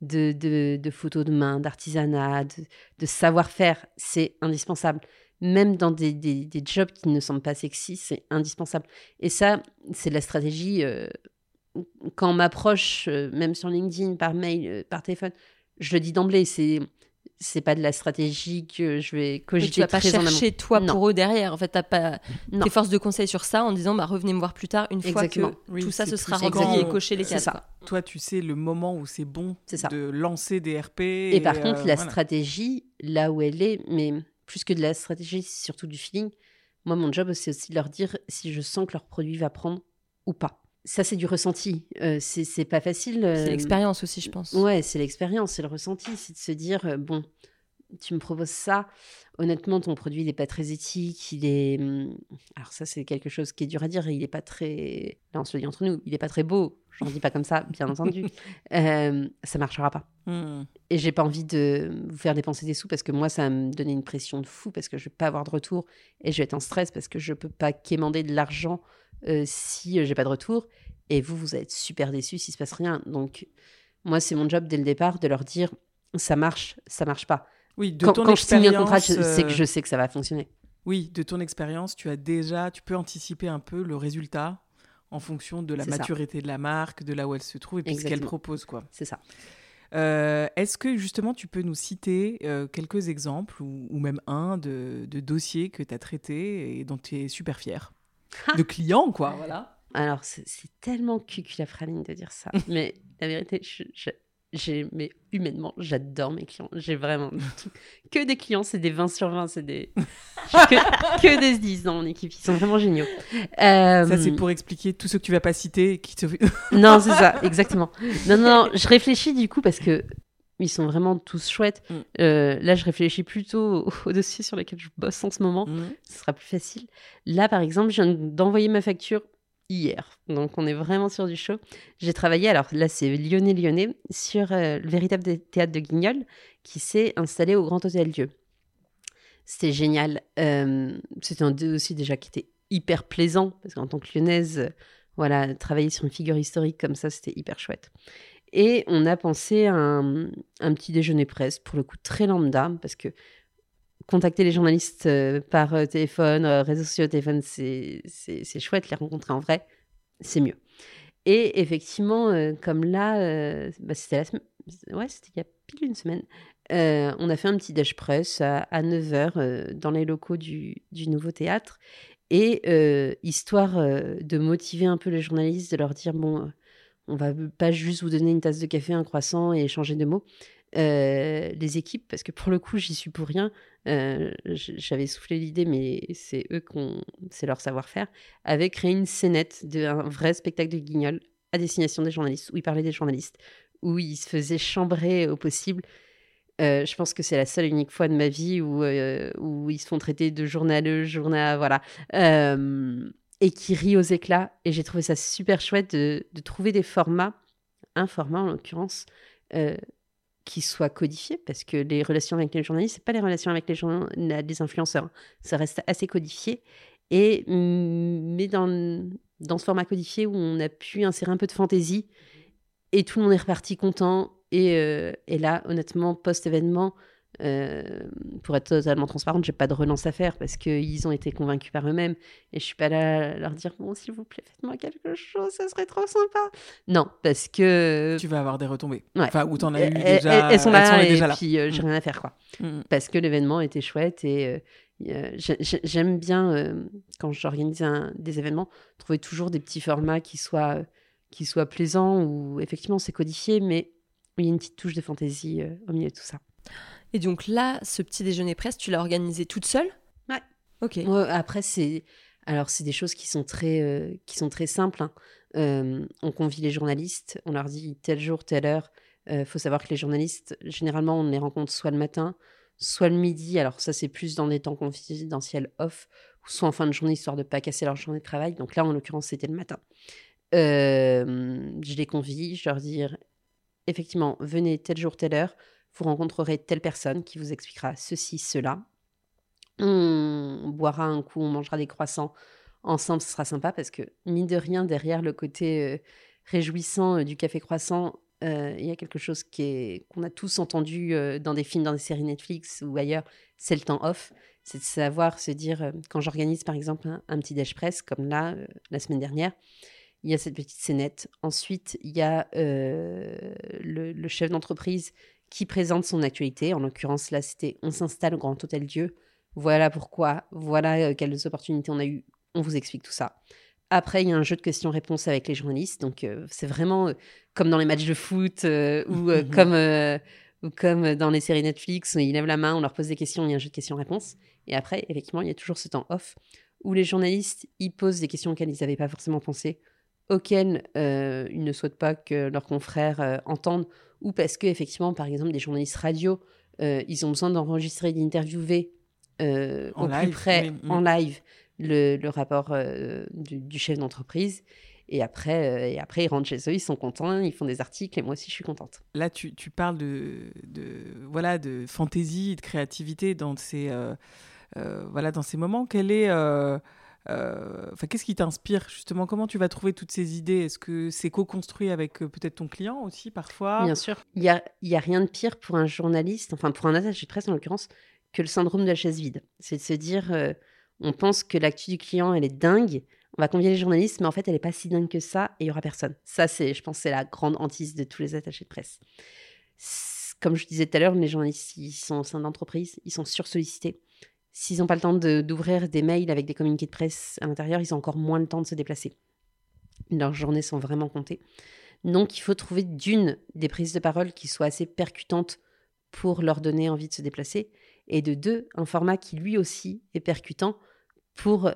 de photos de main, d'artisanat, de savoir-faire. C'est indispensable. Même dans des jobs qui ne semblent pas sexy, c'est indispensable. Et ça, c'est de la stratégie. Quand on m'approche, même sur LinkedIn, par mail, par téléphone, je le dis d'emblée, c'est pas de la stratégie que je vais cogiter tu vas pas très en amont. chercher toi pour eux derrière. En fait, t'as pas tes forces de conseil sur ça en disant revenez me voir plus tard une Exactement. fois que tout ça se sera rempli et coché les cases. Ça. Toi, tu sais le moment où c'est bon de lancer des RP. Et par contre, la stratégie, là où elle est, mais plus que de la stratégie, c'est surtout du feeling. Moi, mon job, c'est aussi de leur dire si je sens que leur produit va prendre ou pas. Ça, c'est du ressenti. C'est pas facile. C'est l'expérience aussi, je pense. Ouais, c'est l'expérience, c'est le ressenti. C'est de se dire, bon, tu me proposes ça. Honnêtement, ton produit, il n'est pas très éthique. Il est… Alors ça, c'est quelque chose qui est dur à dire. Il n'est pas très… Là, on se le dit entre nous. Il n'est pas très beau. J'en dis pas comme ça, bien entendu. Ça ne marchera pas. Et j'ai pas envie de vous faire dépenser des sous parce que moi, ça va me donner une pression de fou parce que je vais pas avoir de retour et je vais être en stress parce que je peux pas quémander de l'argent si j'ai pas de retour. et vous allez être super déçus s'il se passe rien. Donc, moi, c'est mon job dès le départ de leur dire ça marche pas. Oui, de Quand ton je signe un contrat, expérience, je sais que ça va fonctionner. Oui, de ton expérience, tu peux anticiper un peu le résultat en fonction de la C'est ça. maturité de la marque, de là où elle se trouve et puis ce qu'elle Exactement. propose, quoi. C'est ça. Est-ce que justement tu peux nous citer quelques exemples ou même un de dossiers que tu as traités et dont tu es super fière de clients, quoi, voilà. Alors, c'est tellement cuculapraline de dire ça. Mais la vérité, mais humainement, j'adore mes clients. J'ai vraiment que des clients, c'est des 20 sur 20. C'est que des 10 dans mon équipe. Ils sont vraiment géniaux. Ça, c'est pour expliquer tout ce que tu vas pas citer. Non, c'est ça, exactement. Non, je réfléchis du coup parce que ils sont vraiment tous chouettes. Là, je réfléchis plutôt au dossier sur lequel je bosse en ce moment. Ce sera plus facile. Là, par exemple, je viens d'envoyer ma facture hier. Donc, on est vraiment sur du show. J'ai travaillé, alors là, c'est Lyonnais, sur le véritable théâtre de Guignol qui s'est installé au Grand Hôtel Dieu. C'était génial. C'était un dossier déjà qui était hyper plaisant parce qu'en tant que Lyonnaise, voilà, travailler sur une figure historique comme ça, c'était hyper chouette. Et on a pensé à un petit déjeuner presse, pour le coup très lambda, parce que contacter les journalistes par téléphone, réseaux sociaux, téléphone, c'est chouette, les rencontrer en vrai, c'est mieux. Et effectivement, comme là, c'était c'était il y a pile une semaine, on a fait un petit déj presse à 9h dans les locaux du nouveau théâtre. Et histoire de motiver un peu les journalistes, de leur dire, bon, on va pas juste vous donner une tasse de café, un croissant et échanger de mots. Les équipes, parce que pour le coup, j'y suis pour rien. J'avais soufflé l'idée, mais c'est c'est leur savoir-faire, avaient créé une scénette d'un vrai spectacle de Guignol à destination des journalistes, où ils parlaient des journalistes, où ils se faisaient chambrer au possible. Je pense que c'est la seule et unique fois de ma vie où ils se font traiter de journaleux, voilà. Et qui rient aux éclats. Et j'ai trouvé ça super chouette de trouver des formats, un format en l'occurrence, qui soit codifié, parce que les relations avec les journalistes, c'est pas les relations avec les influenceurs. Ça reste assez codifié. Mais dans ce format codifié où on a pu insérer un peu de fantaisie, et tout le monde est reparti content. Et là, honnêtement, post-événement, pour être totalement transparente, j'ai pas de relance à faire parce qu'ils ont été convaincus par eux-mêmes et je suis pas là à leur dire bon, s'il vous plaît, faites-moi quelque chose, ça serait trop sympa. Non, parce que tu vas avoir des retombées. Ouais. Enfin, où t'en as eu déjà. Elles sont là et déjà là. puis j'ai rien à faire, quoi. Parce que l'événement était chouette et j'aime bien quand j'organise des événements, trouver toujours des petits formats qui soient plaisants où effectivement c'est codifié, mais il y a une petite touche de fantaisie au milieu de tout ça. Et donc là, ce petit déjeuner presse, tu l'as organisé toute seule ? Ouais. Ok. Après, c'est des choses qui sont très simples. Hein. On convie les journalistes, on leur dit tel jour, telle heure. Faut savoir que les journalistes, généralement, on les rencontre soit le matin, soit le midi. Alors ça, c'est plus dans des temps confidentiels off, ou soit en fin de journée, histoire de ne pas casser leur journée de travail. Donc là, en l'occurrence, c'était le matin. Je les convie, je leur dis effectivement, venez tel jour, telle heure, vous rencontrerez telle personne qui vous expliquera ceci, cela. On boira un coup, on mangera des croissants ensemble, ce sera sympa parce que, mine de rien, derrière le côté réjouissant du café croissant, il y a quelque chose qu'on a tous entendu dans des films, dans des séries Netflix ou ailleurs, c'est le temps off. C'est de savoir se dire, quand j'organise par exemple un petit déj presse, comme là, la semaine dernière, il y a cette petite scénette. Ensuite, il y a le chef d'entreprise qui présente son actualité. En l'occurrence, là, c'était « On s'installe au Grand Hôtel Dieu. Voilà pourquoi, voilà quelles opportunités on a eues. On vous explique tout ça. » Après, il y a un jeu de questions-réponses avec les journalistes. Donc, c'est vraiment comme dans les matchs de foot ou comme dans les séries Netflix. Ils lèvent la main, on leur pose des questions, il y a un jeu de questions-réponses. Et après, effectivement, il y a toujours ce temps off où les journalistes, ils posent des questions auxquelles ils n'avaient pas forcément pensé, auxquelles ils ne souhaitent pas que leurs confrères entendent, ou parce que effectivement, par exemple, des journalistes radio, ils ont besoin d'enregistrer, d'interviewer au plus près, en live, le rapport du chef d'entreprise. Et après, ils rentrent chez eux, ils sont contents, ils font des articles, et moi aussi, je suis contente. Là, tu parles de fantaisie, de créativité dans ces moments. Quel est Qu'est-ce qui t'inspire justement? Comment tu vas trouver toutes ces idées? Est-ce que c'est co-construit avec peut-être ton client aussi parfois? Bien sûr. Il y a rien de pire pour un journaliste, enfin pour un attaché de presse en l'occurrence, que le syndrome de la chaise vide. C'est de se dire, on pense que l'actu du client, elle est dingue, on va convier les journalistes, mais en fait, elle n'est pas si dingue que ça et il n'y aura personne. Ça, je pense, c'est la grande hantise de tous les attachés de presse. Comme je disais tout à l'heure, les journalistes, ils sont au sein d'entreprise, ils sont sursollicités. S'ils n'ont pas le temps d'ouvrir des mails avec des communiqués de presse à l'intérieur, ils ont encore moins le temps de se déplacer. Leurs journées sont vraiment comptées. Donc, il faut trouver des prises de parole qui soient assez percutantes pour leur donner envie de se déplacer, et de 2, un format qui lui aussi est percutant pour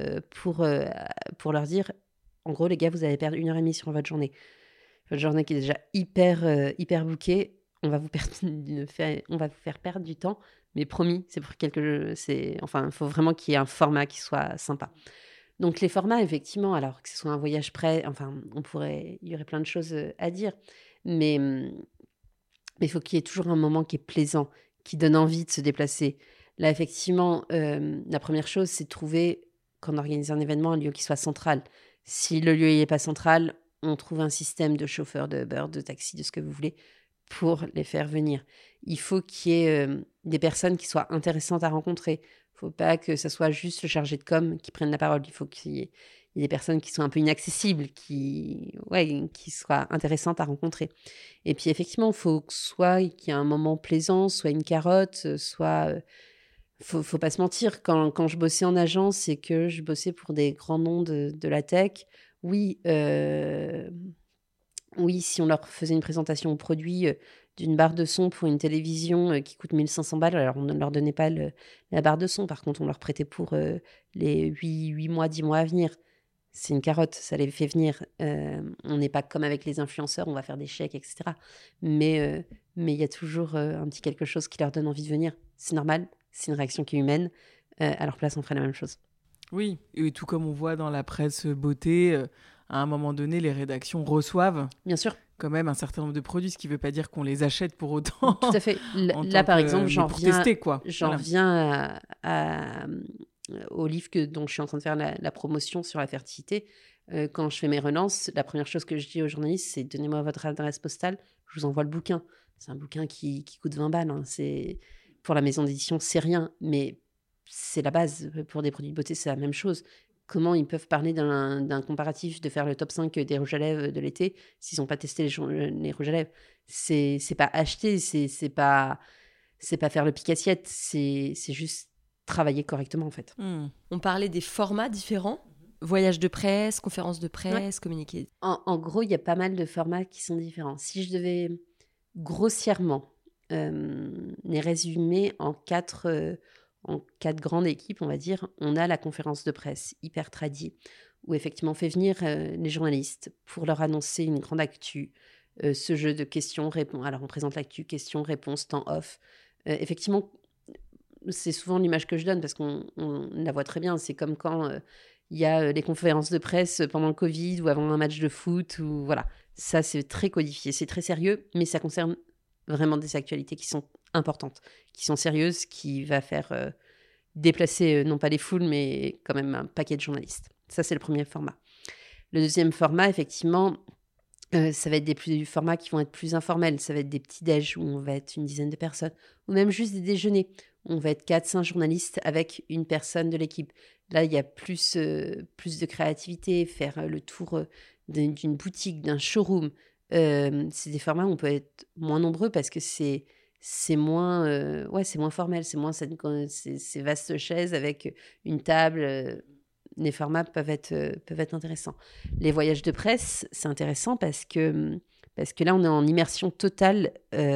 leur dire, en gros, les gars, vous allez perdre 1h30 sur votre journée. Votre journée qui est déjà hyper bookée, on va vous faire perdre du temps, mais promis, il faut vraiment qu'il y ait un format qui soit sympa. Donc les formats, effectivement, alors que ce soit un voyage prêt, il y aurait plein de choses à dire, mais il faut qu'il y ait toujours un moment qui est plaisant, qui donne envie de se déplacer. Là, effectivement, la première chose, c'est de trouver, quand on organise un événement, un lieu qui soit central. Si le lieu n'est pas central, on trouve un système de chauffeurs, de Uber, de taxi, de ce que vous voulez, pour les faire venir. Il faut qu'il y ait des personnes qui soient intéressantes à rencontrer. Il ne faut pas que ce soit juste le chargé de com qui prenne la parole. Il faut qu'il y ait des personnes qui sont un peu inaccessibles, qui soient intéressantes à rencontrer. Et puis effectivement, il faut qu'il y ait un moment plaisant, soit une carotte, soit... faut pas se mentir, quand je bossais en agence et que je bossais pour des grands noms de la tech, oui, si on leur faisait une présentation au produit d'une barre de son pour une télévision qui coûte 1500 balles, alors on ne leur donnait pas la barre de son, par contre on leur prêtait pour les 8 mois, 10 mois à venir. C'est une carotte, ça les fait venir. On n'est pas comme avec les influenceurs, on va faire des chèques, etc. Mais il y a toujours un petit quelque chose qui leur donne envie de venir. C'est normal, c'est une réaction qui est humaine. À leur place, on ferait la même chose. Oui, et tout comme on voit dans la presse beauté, à un moment donné, les rédactions reçouvent bien sûr quand même un certain nombre de produits, ce qui ne veut pas dire qu'on les achète pour autant. Tout à fait. Là, par exemple, j'en reviens au livre dont je suis en train de faire la promotion sur la fertilité. Quand je fais mes relances, la première chose que je dis aux journalistes, c'est donnez-moi votre adresse postale, je vous envoie le bouquin. C'est un bouquin qui coûte 20 balles. Hein. Pour la maison d'édition, c'est rien, mais c'est la base. Pour des produits de beauté, c'est la même chose. Comment ils peuvent parler d'un comparatif, de faire le top 5 des rouges à lèvres de l'été s'ils n'ont pas testé les rouges à lèvres? C'est pas acheter, c'est pas faire le pique-assiette, c'est juste travailler correctement en fait. On parlait des formats différents, voyage de presse, conférence de presse, communiqué. En gros, il y a pas mal de formats qui sont différents. Si je devais grossièrement les résumer en quatre grandes équipes, on va dire, on a la conférence de presse hyper tradie, où effectivement on fait venir les journalistes pour leur annoncer une grande actu, ce jeu de questions-réponses. Alors on présente l'actu, questions-réponses, temps off. Effectivement, c'est souvent l'image que je donne parce qu'on la voit très bien. C'est comme quand il y a les conférences de presse pendant le Covid ou avant un match de foot. Ou, voilà. Ça, c'est très codifié, c'est très sérieux, mais ça concerne vraiment des actualités qui sont importantes, qui sont sérieuses, qui va faire déplacer non pas les foules, mais quand même un paquet de journalistes. Ça, c'est le premier format. Le deuxième format, effectivement, ça va être des formats qui vont être plus informels. Ça va être des petits déj où on va être une dizaine de personnes, ou même juste des déjeuners. On va être 4-5 journalistes avec une personne de l'équipe. Là, il y a plus de créativité, faire le tour d'une boutique, d'un showroom. C'est des formats où on peut être moins nombreux parce que c'est moins formel, c'est moins ces vastes chaises avec une table. Les formats peuvent être intéressants. Les voyages de presse, c'est intéressant parce que là, on est en immersion totale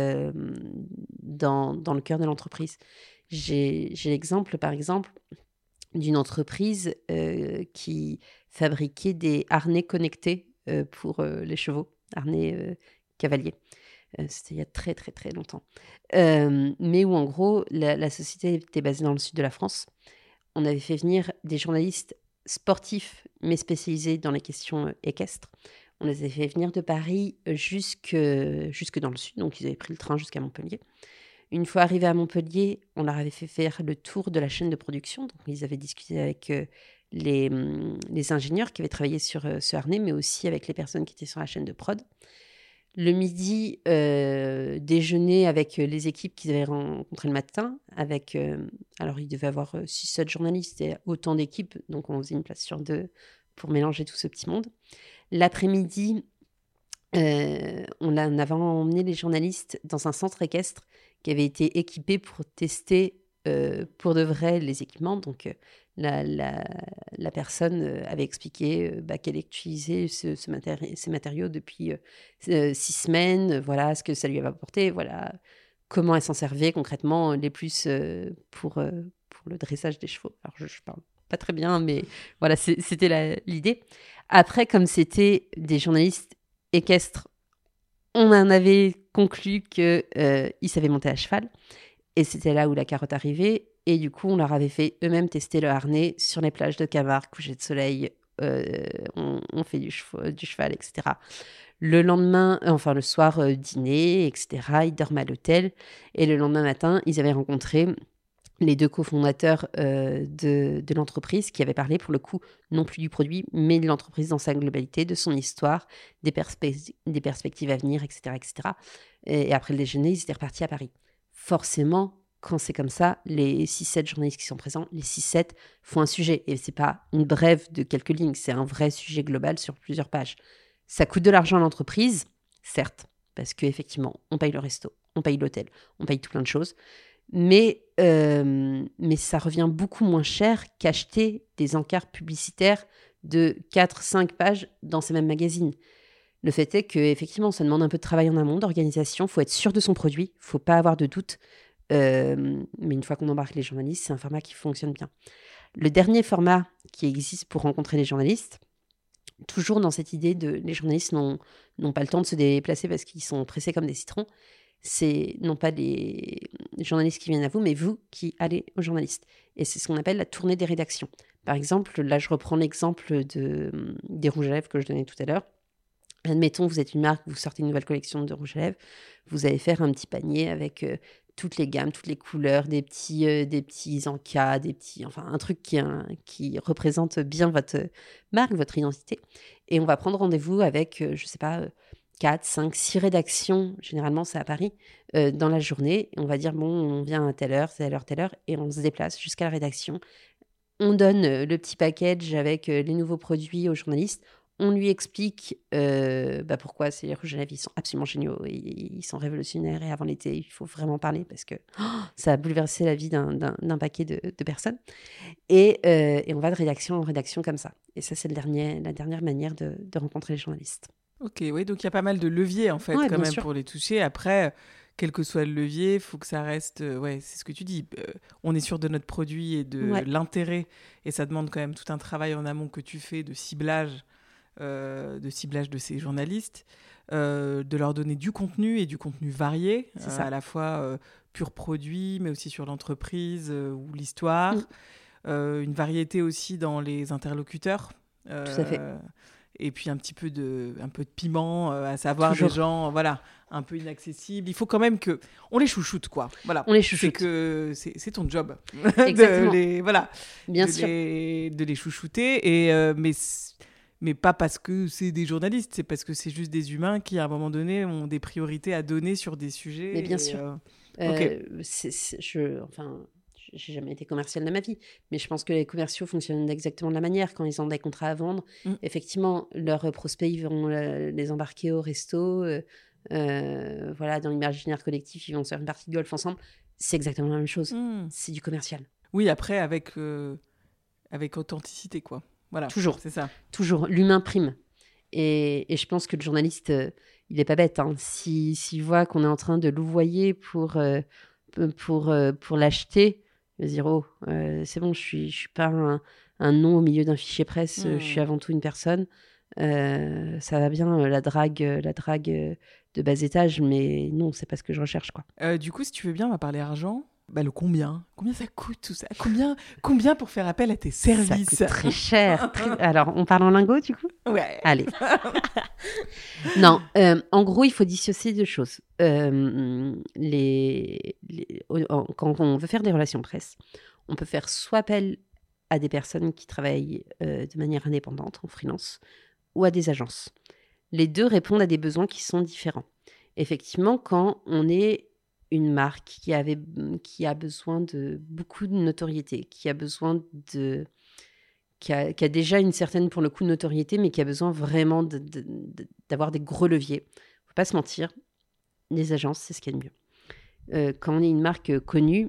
dans le cœur de l'entreprise. J'ai l'exemple, par exemple, d'une entreprise qui fabriquait des harnais connectés pour les chevaux, harnais cavaliers. C'était il y a très, très, très longtemps. Mais où, en gros, la société était basée dans le sud de la France. On avait fait venir des journalistes sportifs, mais spécialisés dans les questions équestres. On les avait fait venir de Paris jusque dans le sud. Donc, ils avaient pris le train jusqu'à Montpellier. Une fois arrivés à Montpellier, on leur avait fait faire le tour de la chaîne de production. Donc, ils avaient discuté avec les ingénieurs qui avaient travaillé sur ce harnais, mais aussi avec les personnes qui étaient sur la chaîne de prod. Le midi, déjeuner avec les équipes qu'ils avaient rencontrées le matin. Alors, il devait y avoir 6-7 journalistes et autant d'équipes, donc on faisait une place sur 2 pour mélanger tout ce petit monde. L'après-midi, on avait emmené les journalistes dans un centre équestre qui avait été équipé pour tester pour de vrai les équipements. Donc, la personne avait expliqué qu'elle utilisait ces matériaux depuis 6 semaines, voilà ce que ça lui avait apporté, voilà comment elle s'en servait concrètement, les plus pour le dressage des chevaux. Alors, je parle pas très bien, mais voilà, c'était l'idée. Après, comme c'était des journalistes équestres, on en avait conclu qu'ils savaient monter à cheval. Et c'était là où la carotte arrivait. Et du coup, on leur avait fait eux-mêmes tester le harnais sur les plages de Camargue, coucher de soleil, on fait du cheval, etc. Le lendemain, le soir, dîner, etc. Ils dorment à l'hôtel. Et le lendemain matin, ils avaient rencontré les 2 cofondateurs de l'entreprise qui avaient parlé, pour le coup, non plus du produit, mais de l'entreprise dans sa globalité, de son histoire, des perspectives à venir, etc., etc. Et après le déjeuner, ils étaient repartis à Paris. Forcément, quand c'est comme ça, les 6-7 journalistes qui sont présents, les 6-7 font un sujet. Et c'est pas une brève de quelques lignes, c'est un vrai sujet global sur plusieurs pages. Ça coûte de l'argent à l'entreprise, certes, parce qu'effectivement, on paye le resto, on paye l'hôtel, on paye tout plein de choses. Mais ça revient beaucoup moins cher qu'acheter des encarts publicitaires de 4-5 pages dans ces mêmes magazines. Le fait est qu'effectivement, ça demande un peu de travail en amont, d'organisation. Il faut être sûr de son produit, il ne faut pas avoir de doute. Mais une fois qu'on embarque les journalistes, c'est un format qui fonctionne bien. Le dernier format qui existe pour rencontrer les journalistes, toujours dans cette idée de les journalistes n'ont pas le temps de se déplacer parce qu'ils sont pressés comme des citrons, c'est non pas les journalistes qui viennent à vous, mais vous qui allez aux journalistes. Et c'est ce qu'on appelle la tournée des rédactions. Par exemple, là, je reprends l'exemple des rouges à lèvres que je donnais tout à l'heure. Admettons, vous êtes une marque, vous sortez une nouvelle collection de rouge à lèvres, vous allez faire un petit panier avec toutes les gammes, toutes les couleurs, des petits encas, un truc qui représente bien votre marque, votre identité. Et on va prendre rendez-vous avec, 4, 5, 6 rédactions, généralement c'est à Paris, dans la journée. Et on va dire, bon, on vient à telle heure, et on se déplace jusqu'à la rédaction. On donne le petit package avec les nouveaux produits aux journalistes. On lui explique pourquoi ces rouges à lèvres, ils sont absolument géniaux, et ils sont révolutionnaires, et avant l'été, il faut vraiment parler parce que ça a bouleversé la vie d'un paquet de personnes. Et on va de rédaction en rédaction comme ça. Et ça, c'est la dernière manière de rencontrer les journalistes. Ok, oui, donc il y a pas mal de leviers en fait, quand même, sûr, pour les toucher. Après, quel que soit le levier, il faut que ça reste... c'est ce que tu dis. On est sûr de notre produit et de l'intérêt, et ça demande quand même tout un travail en amont que tu fais de ciblage de ces journalistes, de leur donner du contenu et du contenu varié, à la fois pur produit, mais aussi sur l'entreprise ou l'histoire. Une variété aussi dans les interlocuteurs. Tout à fait. Et puis un peu de piment, à savoir toujours des gens, un peu inaccessibles. Il faut quand même on les chouchoute, quoi. Voilà. On les chouchoute. C'est ton job. Exactement. De les chouchouter. Mais pas parce que c'est des journalistes, c'est parce que c'est juste des humains qui, à un moment donné, ont des priorités à donner sur des sujets. Mais bien sûr. J'ai jamais été commerciale de ma vie, mais je pense que les commerciaux fonctionnent exactement de la manière. Quand ils ont des contrats à vendre, effectivement, leurs prospects, ils vont les embarquer au resto, dans l'imaginaire collectif, ils vont se faire une partie de golf ensemble. C'est exactement la même chose. C'est du commercial. Oui, après, avec authenticité, quoi. Voilà, toujours, c'est ça. Toujours, l'humain prime. Et je pense que le journaliste, il n'est pas bête. S'il voit qu'on est en train de louvoyer pour l'acheter, il va se dire, c'est bon, je suis pas un nom au milieu d'un fichier presse, je suis avant tout une personne. Ça va bien, la drague de bas étage, mais non, c'est pas ce que je recherche, quoi. Du coup, si tu veux bien, on va parler argent. Le combien ça coûte tout ça, combien pour faire appel à tes services? Ça coûte très cher. Alors, on parle en lingot du coup? Ouais. Allez. Non, en gros, il faut dissocier deux choses. Quand on veut faire des relations presse, on peut faire soit appel à des personnes qui travaillent de manière indépendante, en freelance, ou à des agences. Les deux répondent à des besoins qui sont différents. Effectivement, quand on est une marque qui a besoin de beaucoup de notoriété, qui a déjà une certaine, pour le coup, notoriété, mais qui a besoin vraiment d'avoir des gros leviers. Faut pas se mentir, les agences, c'est ce qu'il y a de mieux. Quand on est une marque connue,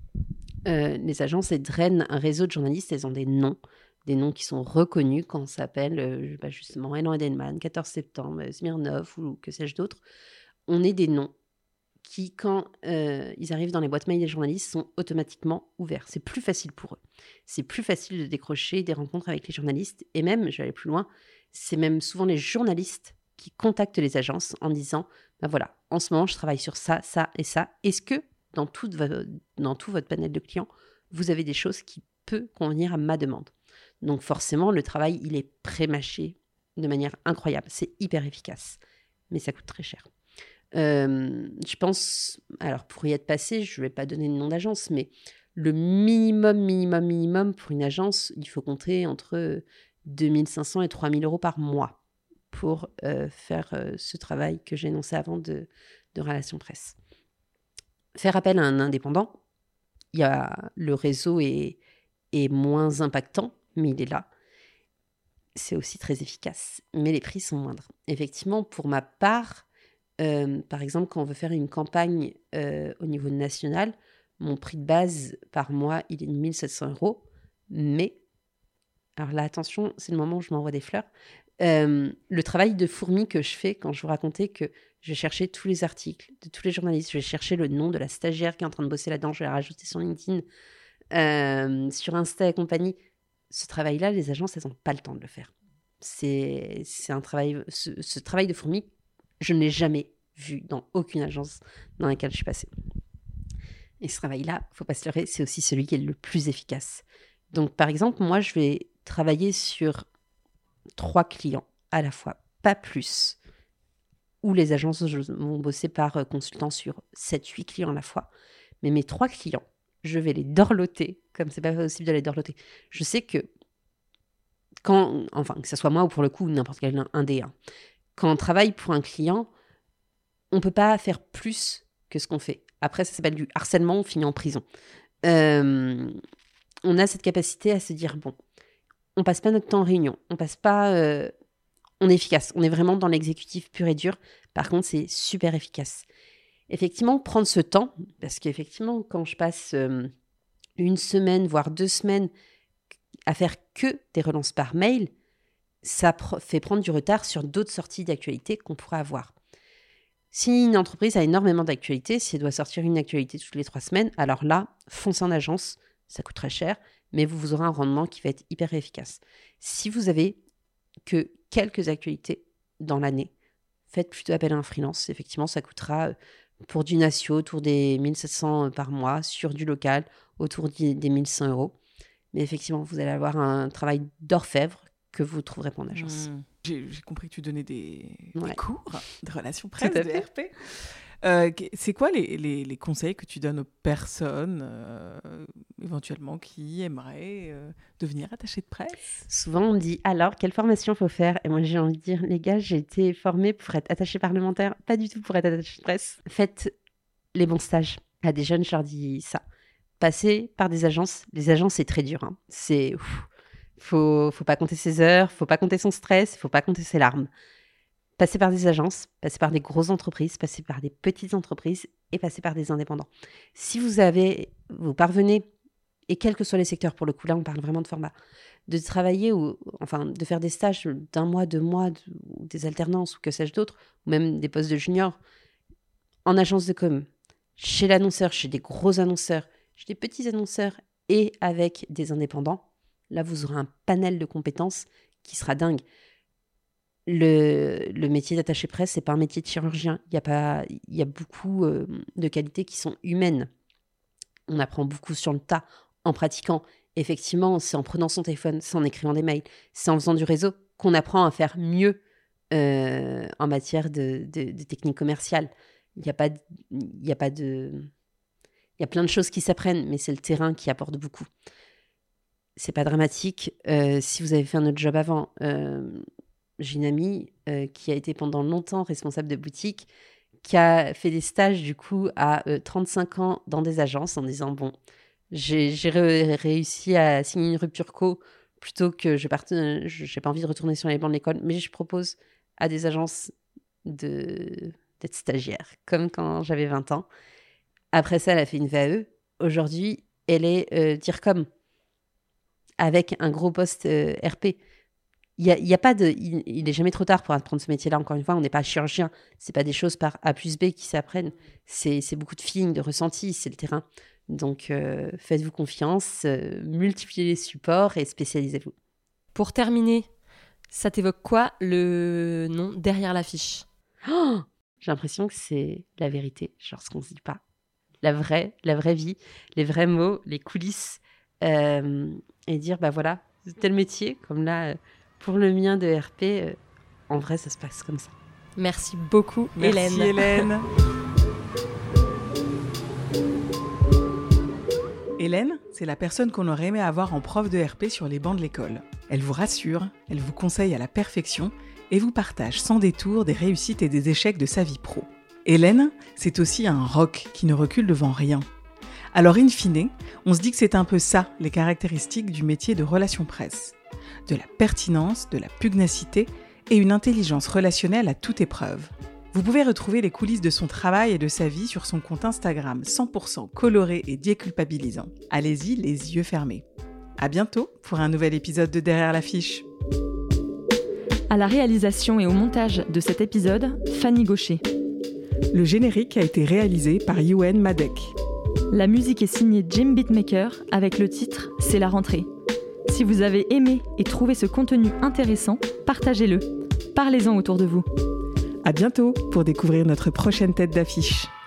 les agences, elles drainent un réseau de journalistes, elles ont des noms qui sont reconnus quand on s'appelle justement Elan Edelman, 14 septembre, Smirnov ou que sais-je d'autre. On est des noms qui, quand ils arrivent dans les boîtes mail des journalistes, sont automatiquement ouverts. C'est plus facile pour eux. C'est plus facile de décrocher des rencontres avec les journalistes. Et même, je vais aller plus loin, c'est même souvent les journalistes qui contactent les agences en disant voilà, en ce moment, je travaille sur ça, ça et ça. Est-ce que dans tout votre panel de clients, vous avez des choses qui peuvent convenir à ma demande? Donc forcément, le travail, il est pré-mâché de manière incroyable. C'est hyper efficace, mais ça coûte très cher. Je pense, alors pour y être passé, je ne vais pas donner de nom d'agence, mais le minimum pour une agence, il faut compter entre 2 500 et 3 000 € par mois pour faire ce travail que j'ai énoncé avant de relations presse. Faire appel à un indépendant, le réseau est moins impactant, mais il est là. C'est aussi très efficace, mais les prix sont moindres. Effectivement, pour ma part, par exemple, quand on veut faire une campagne au niveau national, mon prix de base par mois, il est de 1 700 €. Mais, alors là, attention, c'est le moment où je m'envoie des fleurs. Le travail de fourmi que je fais quand je vous racontais que je vais chercher tous les articles de tous les journalistes, je vais chercher le nom de la stagiaire qui est en train de bosser là-dedans, je vais la rajouter sur LinkedIn, sur Insta et compagnie. Ce travail-là, les agences, elles n'ont pas le temps de le faire. C'est un travail, ce travail de fourmi, je ne l'ai jamais vu dans aucune agence dans laquelle je suis passée. Et ce travail-là, il ne faut pas se leurrer, c'est aussi celui qui est le plus efficace. Donc, par exemple, moi, je vais travailler sur 3 clients à la fois, pas plus. Ou les agences vont bosser par consultant sur 7-8 clients à la fois. Mais mes 3 clients, je vais les dorloter, comme c'est pas possible de les dorloter. Je sais que que ce soit moi ou pour le coup n'importe quel indé, quand on travaille pour un client, on peut pas faire plus que ce qu'on fait. Après, ça s'appelle du harcèlement, on finit en prison. On a cette capacité à se dire, bon, on passe pas notre temps en réunion, on est efficace, on est vraiment dans l'exécutif pur et dur. Par contre, c'est super efficace. Effectivement, prendre ce temps, parce qu'effectivement, quand je passe 1 semaine, voire 2 semaines à faire que des relances par mail, ça fait prendre du retard sur d'autres sorties d'actualité qu'on pourrait avoir. Si une entreprise a énormément d'actualités, si elle doit sortir une actualité toutes les 3 semaines, alors là, foncez en agence, ça coûte très cher, mais vous aurez un rendement qui va être hyper efficace. Si vous avez que quelques actualités dans l'année, faites plutôt appel à un freelance. Effectivement, ça coûtera pour du natio autour des 1 700 par mois, sur du local autour des 1 100 €. Mais effectivement, vous allez avoir un travail d'orfèvre que vous ne trouverez pas en agence. J'ai compris que tu donnais des cours de relations presse, Tout à de fait. RP. C'est quoi les conseils que tu donnes aux personnes éventuellement qui aimeraient devenir attachées de presse? Souvent, on me dit, alors, quelle formation il faut faire? Et moi, j'ai envie de dire, les gars, j'ai été formée pour être attachée parlementaire, pas du tout pour être attachée de presse. Faites les bons stages. À des jeunes, je leur dis ça. Passez par des agences. Les agences, c'est très dur. Faut pas compter ses heures, faut pas compter son stress, faut pas compter ses larmes. Passez par des agences, passez par des grosses entreprises, passez par des petites entreprises et passez par des indépendants. Si vous parvenez, et quels que soient les secteurs, pour le coup, là, on parle vraiment de format, de travailler de faire des stages d'1 mois, 2 mois, ou des alternances, ou que sais-je d'autre, ou même des postes de junior, en agence de com, chez l'annonceur, chez des gros annonceurs, chez des petits annonceurs et avec des indépendants, là, vous aurez un panel de compétences qui sera dingue. Le métier d'attaché presse, c'est pas un métier de chirurgien. Il y a beaucoup de qualités qui sont humaines. On apprend beaucoup sur le tas, en pratiquant. Effectivement, c'est en prenant son téléphone, c'est en écrivant des mails, c'est en faisant du réseau qu'on apprend à faire mieux en matière de techniques commerciales. Il y a plein de choses qui s'apprennent, mais c'est le terrain qui apporte beaucoup. c'est pas dramatique. Si vous avez fait un autre job avant, j'ai une amie qui a été pendant longtemps responsable de boutique, qui a fait des stages du coup à 35 ans dans des agences en disant bon, j'ai réussi à signer une rupture co plutôt que j'ai pas envie de retourner sur les bancs de l'école, mais je propose à des agences d'être stagiaire, comme quand j'avais 20 ans. Après ça, elle a fait une VAE. Aujourd'hui, elle est DIRCOM, avec un gros poste RP. Il n'est jamais trop tard pour apprendre ce métier-là. Encore une fois, on n'est pas chirurgien. Ce n'est pas des choses par A plus B qui s'apprennent. C'est beaucoup de feeling, de ressenti, c'est le terrain. Donc, faites-vous confiance, multipliez les supports et spécialisez-vous. Pour terminer, ça t'évoque quoi le nom derrière l'affiche ? J'ai l'impression que c'est la vérité, genre ce qu'on ne se dit pas. La vraie vie, les vrais mots, les coulisses. Et dire, bah voilà, tel métier, comme là, pour le mien de RP, en vrai, ça se passe comme ça. Merci beaucoup, Hélène. Merci, Hélène. Hélène, c'est la personne qu'on aurait aimé avoir en prof de RP sur les bancs de l'école. Elle vous rassure, elle vous conseille à la perfection et vous partage sans détour des réussites et des échecs de sa vie pro. Hélène, c'est aussi un roc qui ne recule devant rien. Alors in fine, on se dit que c'est un peu ça, les caractéristiques du métier de relation presse. De la pertinence, de la pugnacité et une intelligence relationnelle à toute épreuve. Vous pouvez retrouver les coulisses de son travail et de sa vie sur son compte Instagram 100% coloré et déculpabilisant. Allez-y les yeux fermés. À bientôt pour un nouvel épisode de Derrière l'affiche. À la réalisation et au montage de cet épisode, Fanny Gaucher. Le générique a été réalisé par Youen Madec. La musique est signée Jim Beatmaker avec le titre « C'est la rentrée ». Si vous avez aimé et trouvé ce contenu intéressant, partagez-le. Parlez-en autour de vous. À bientôt pour découvrir notre prochaine tête d'affiche.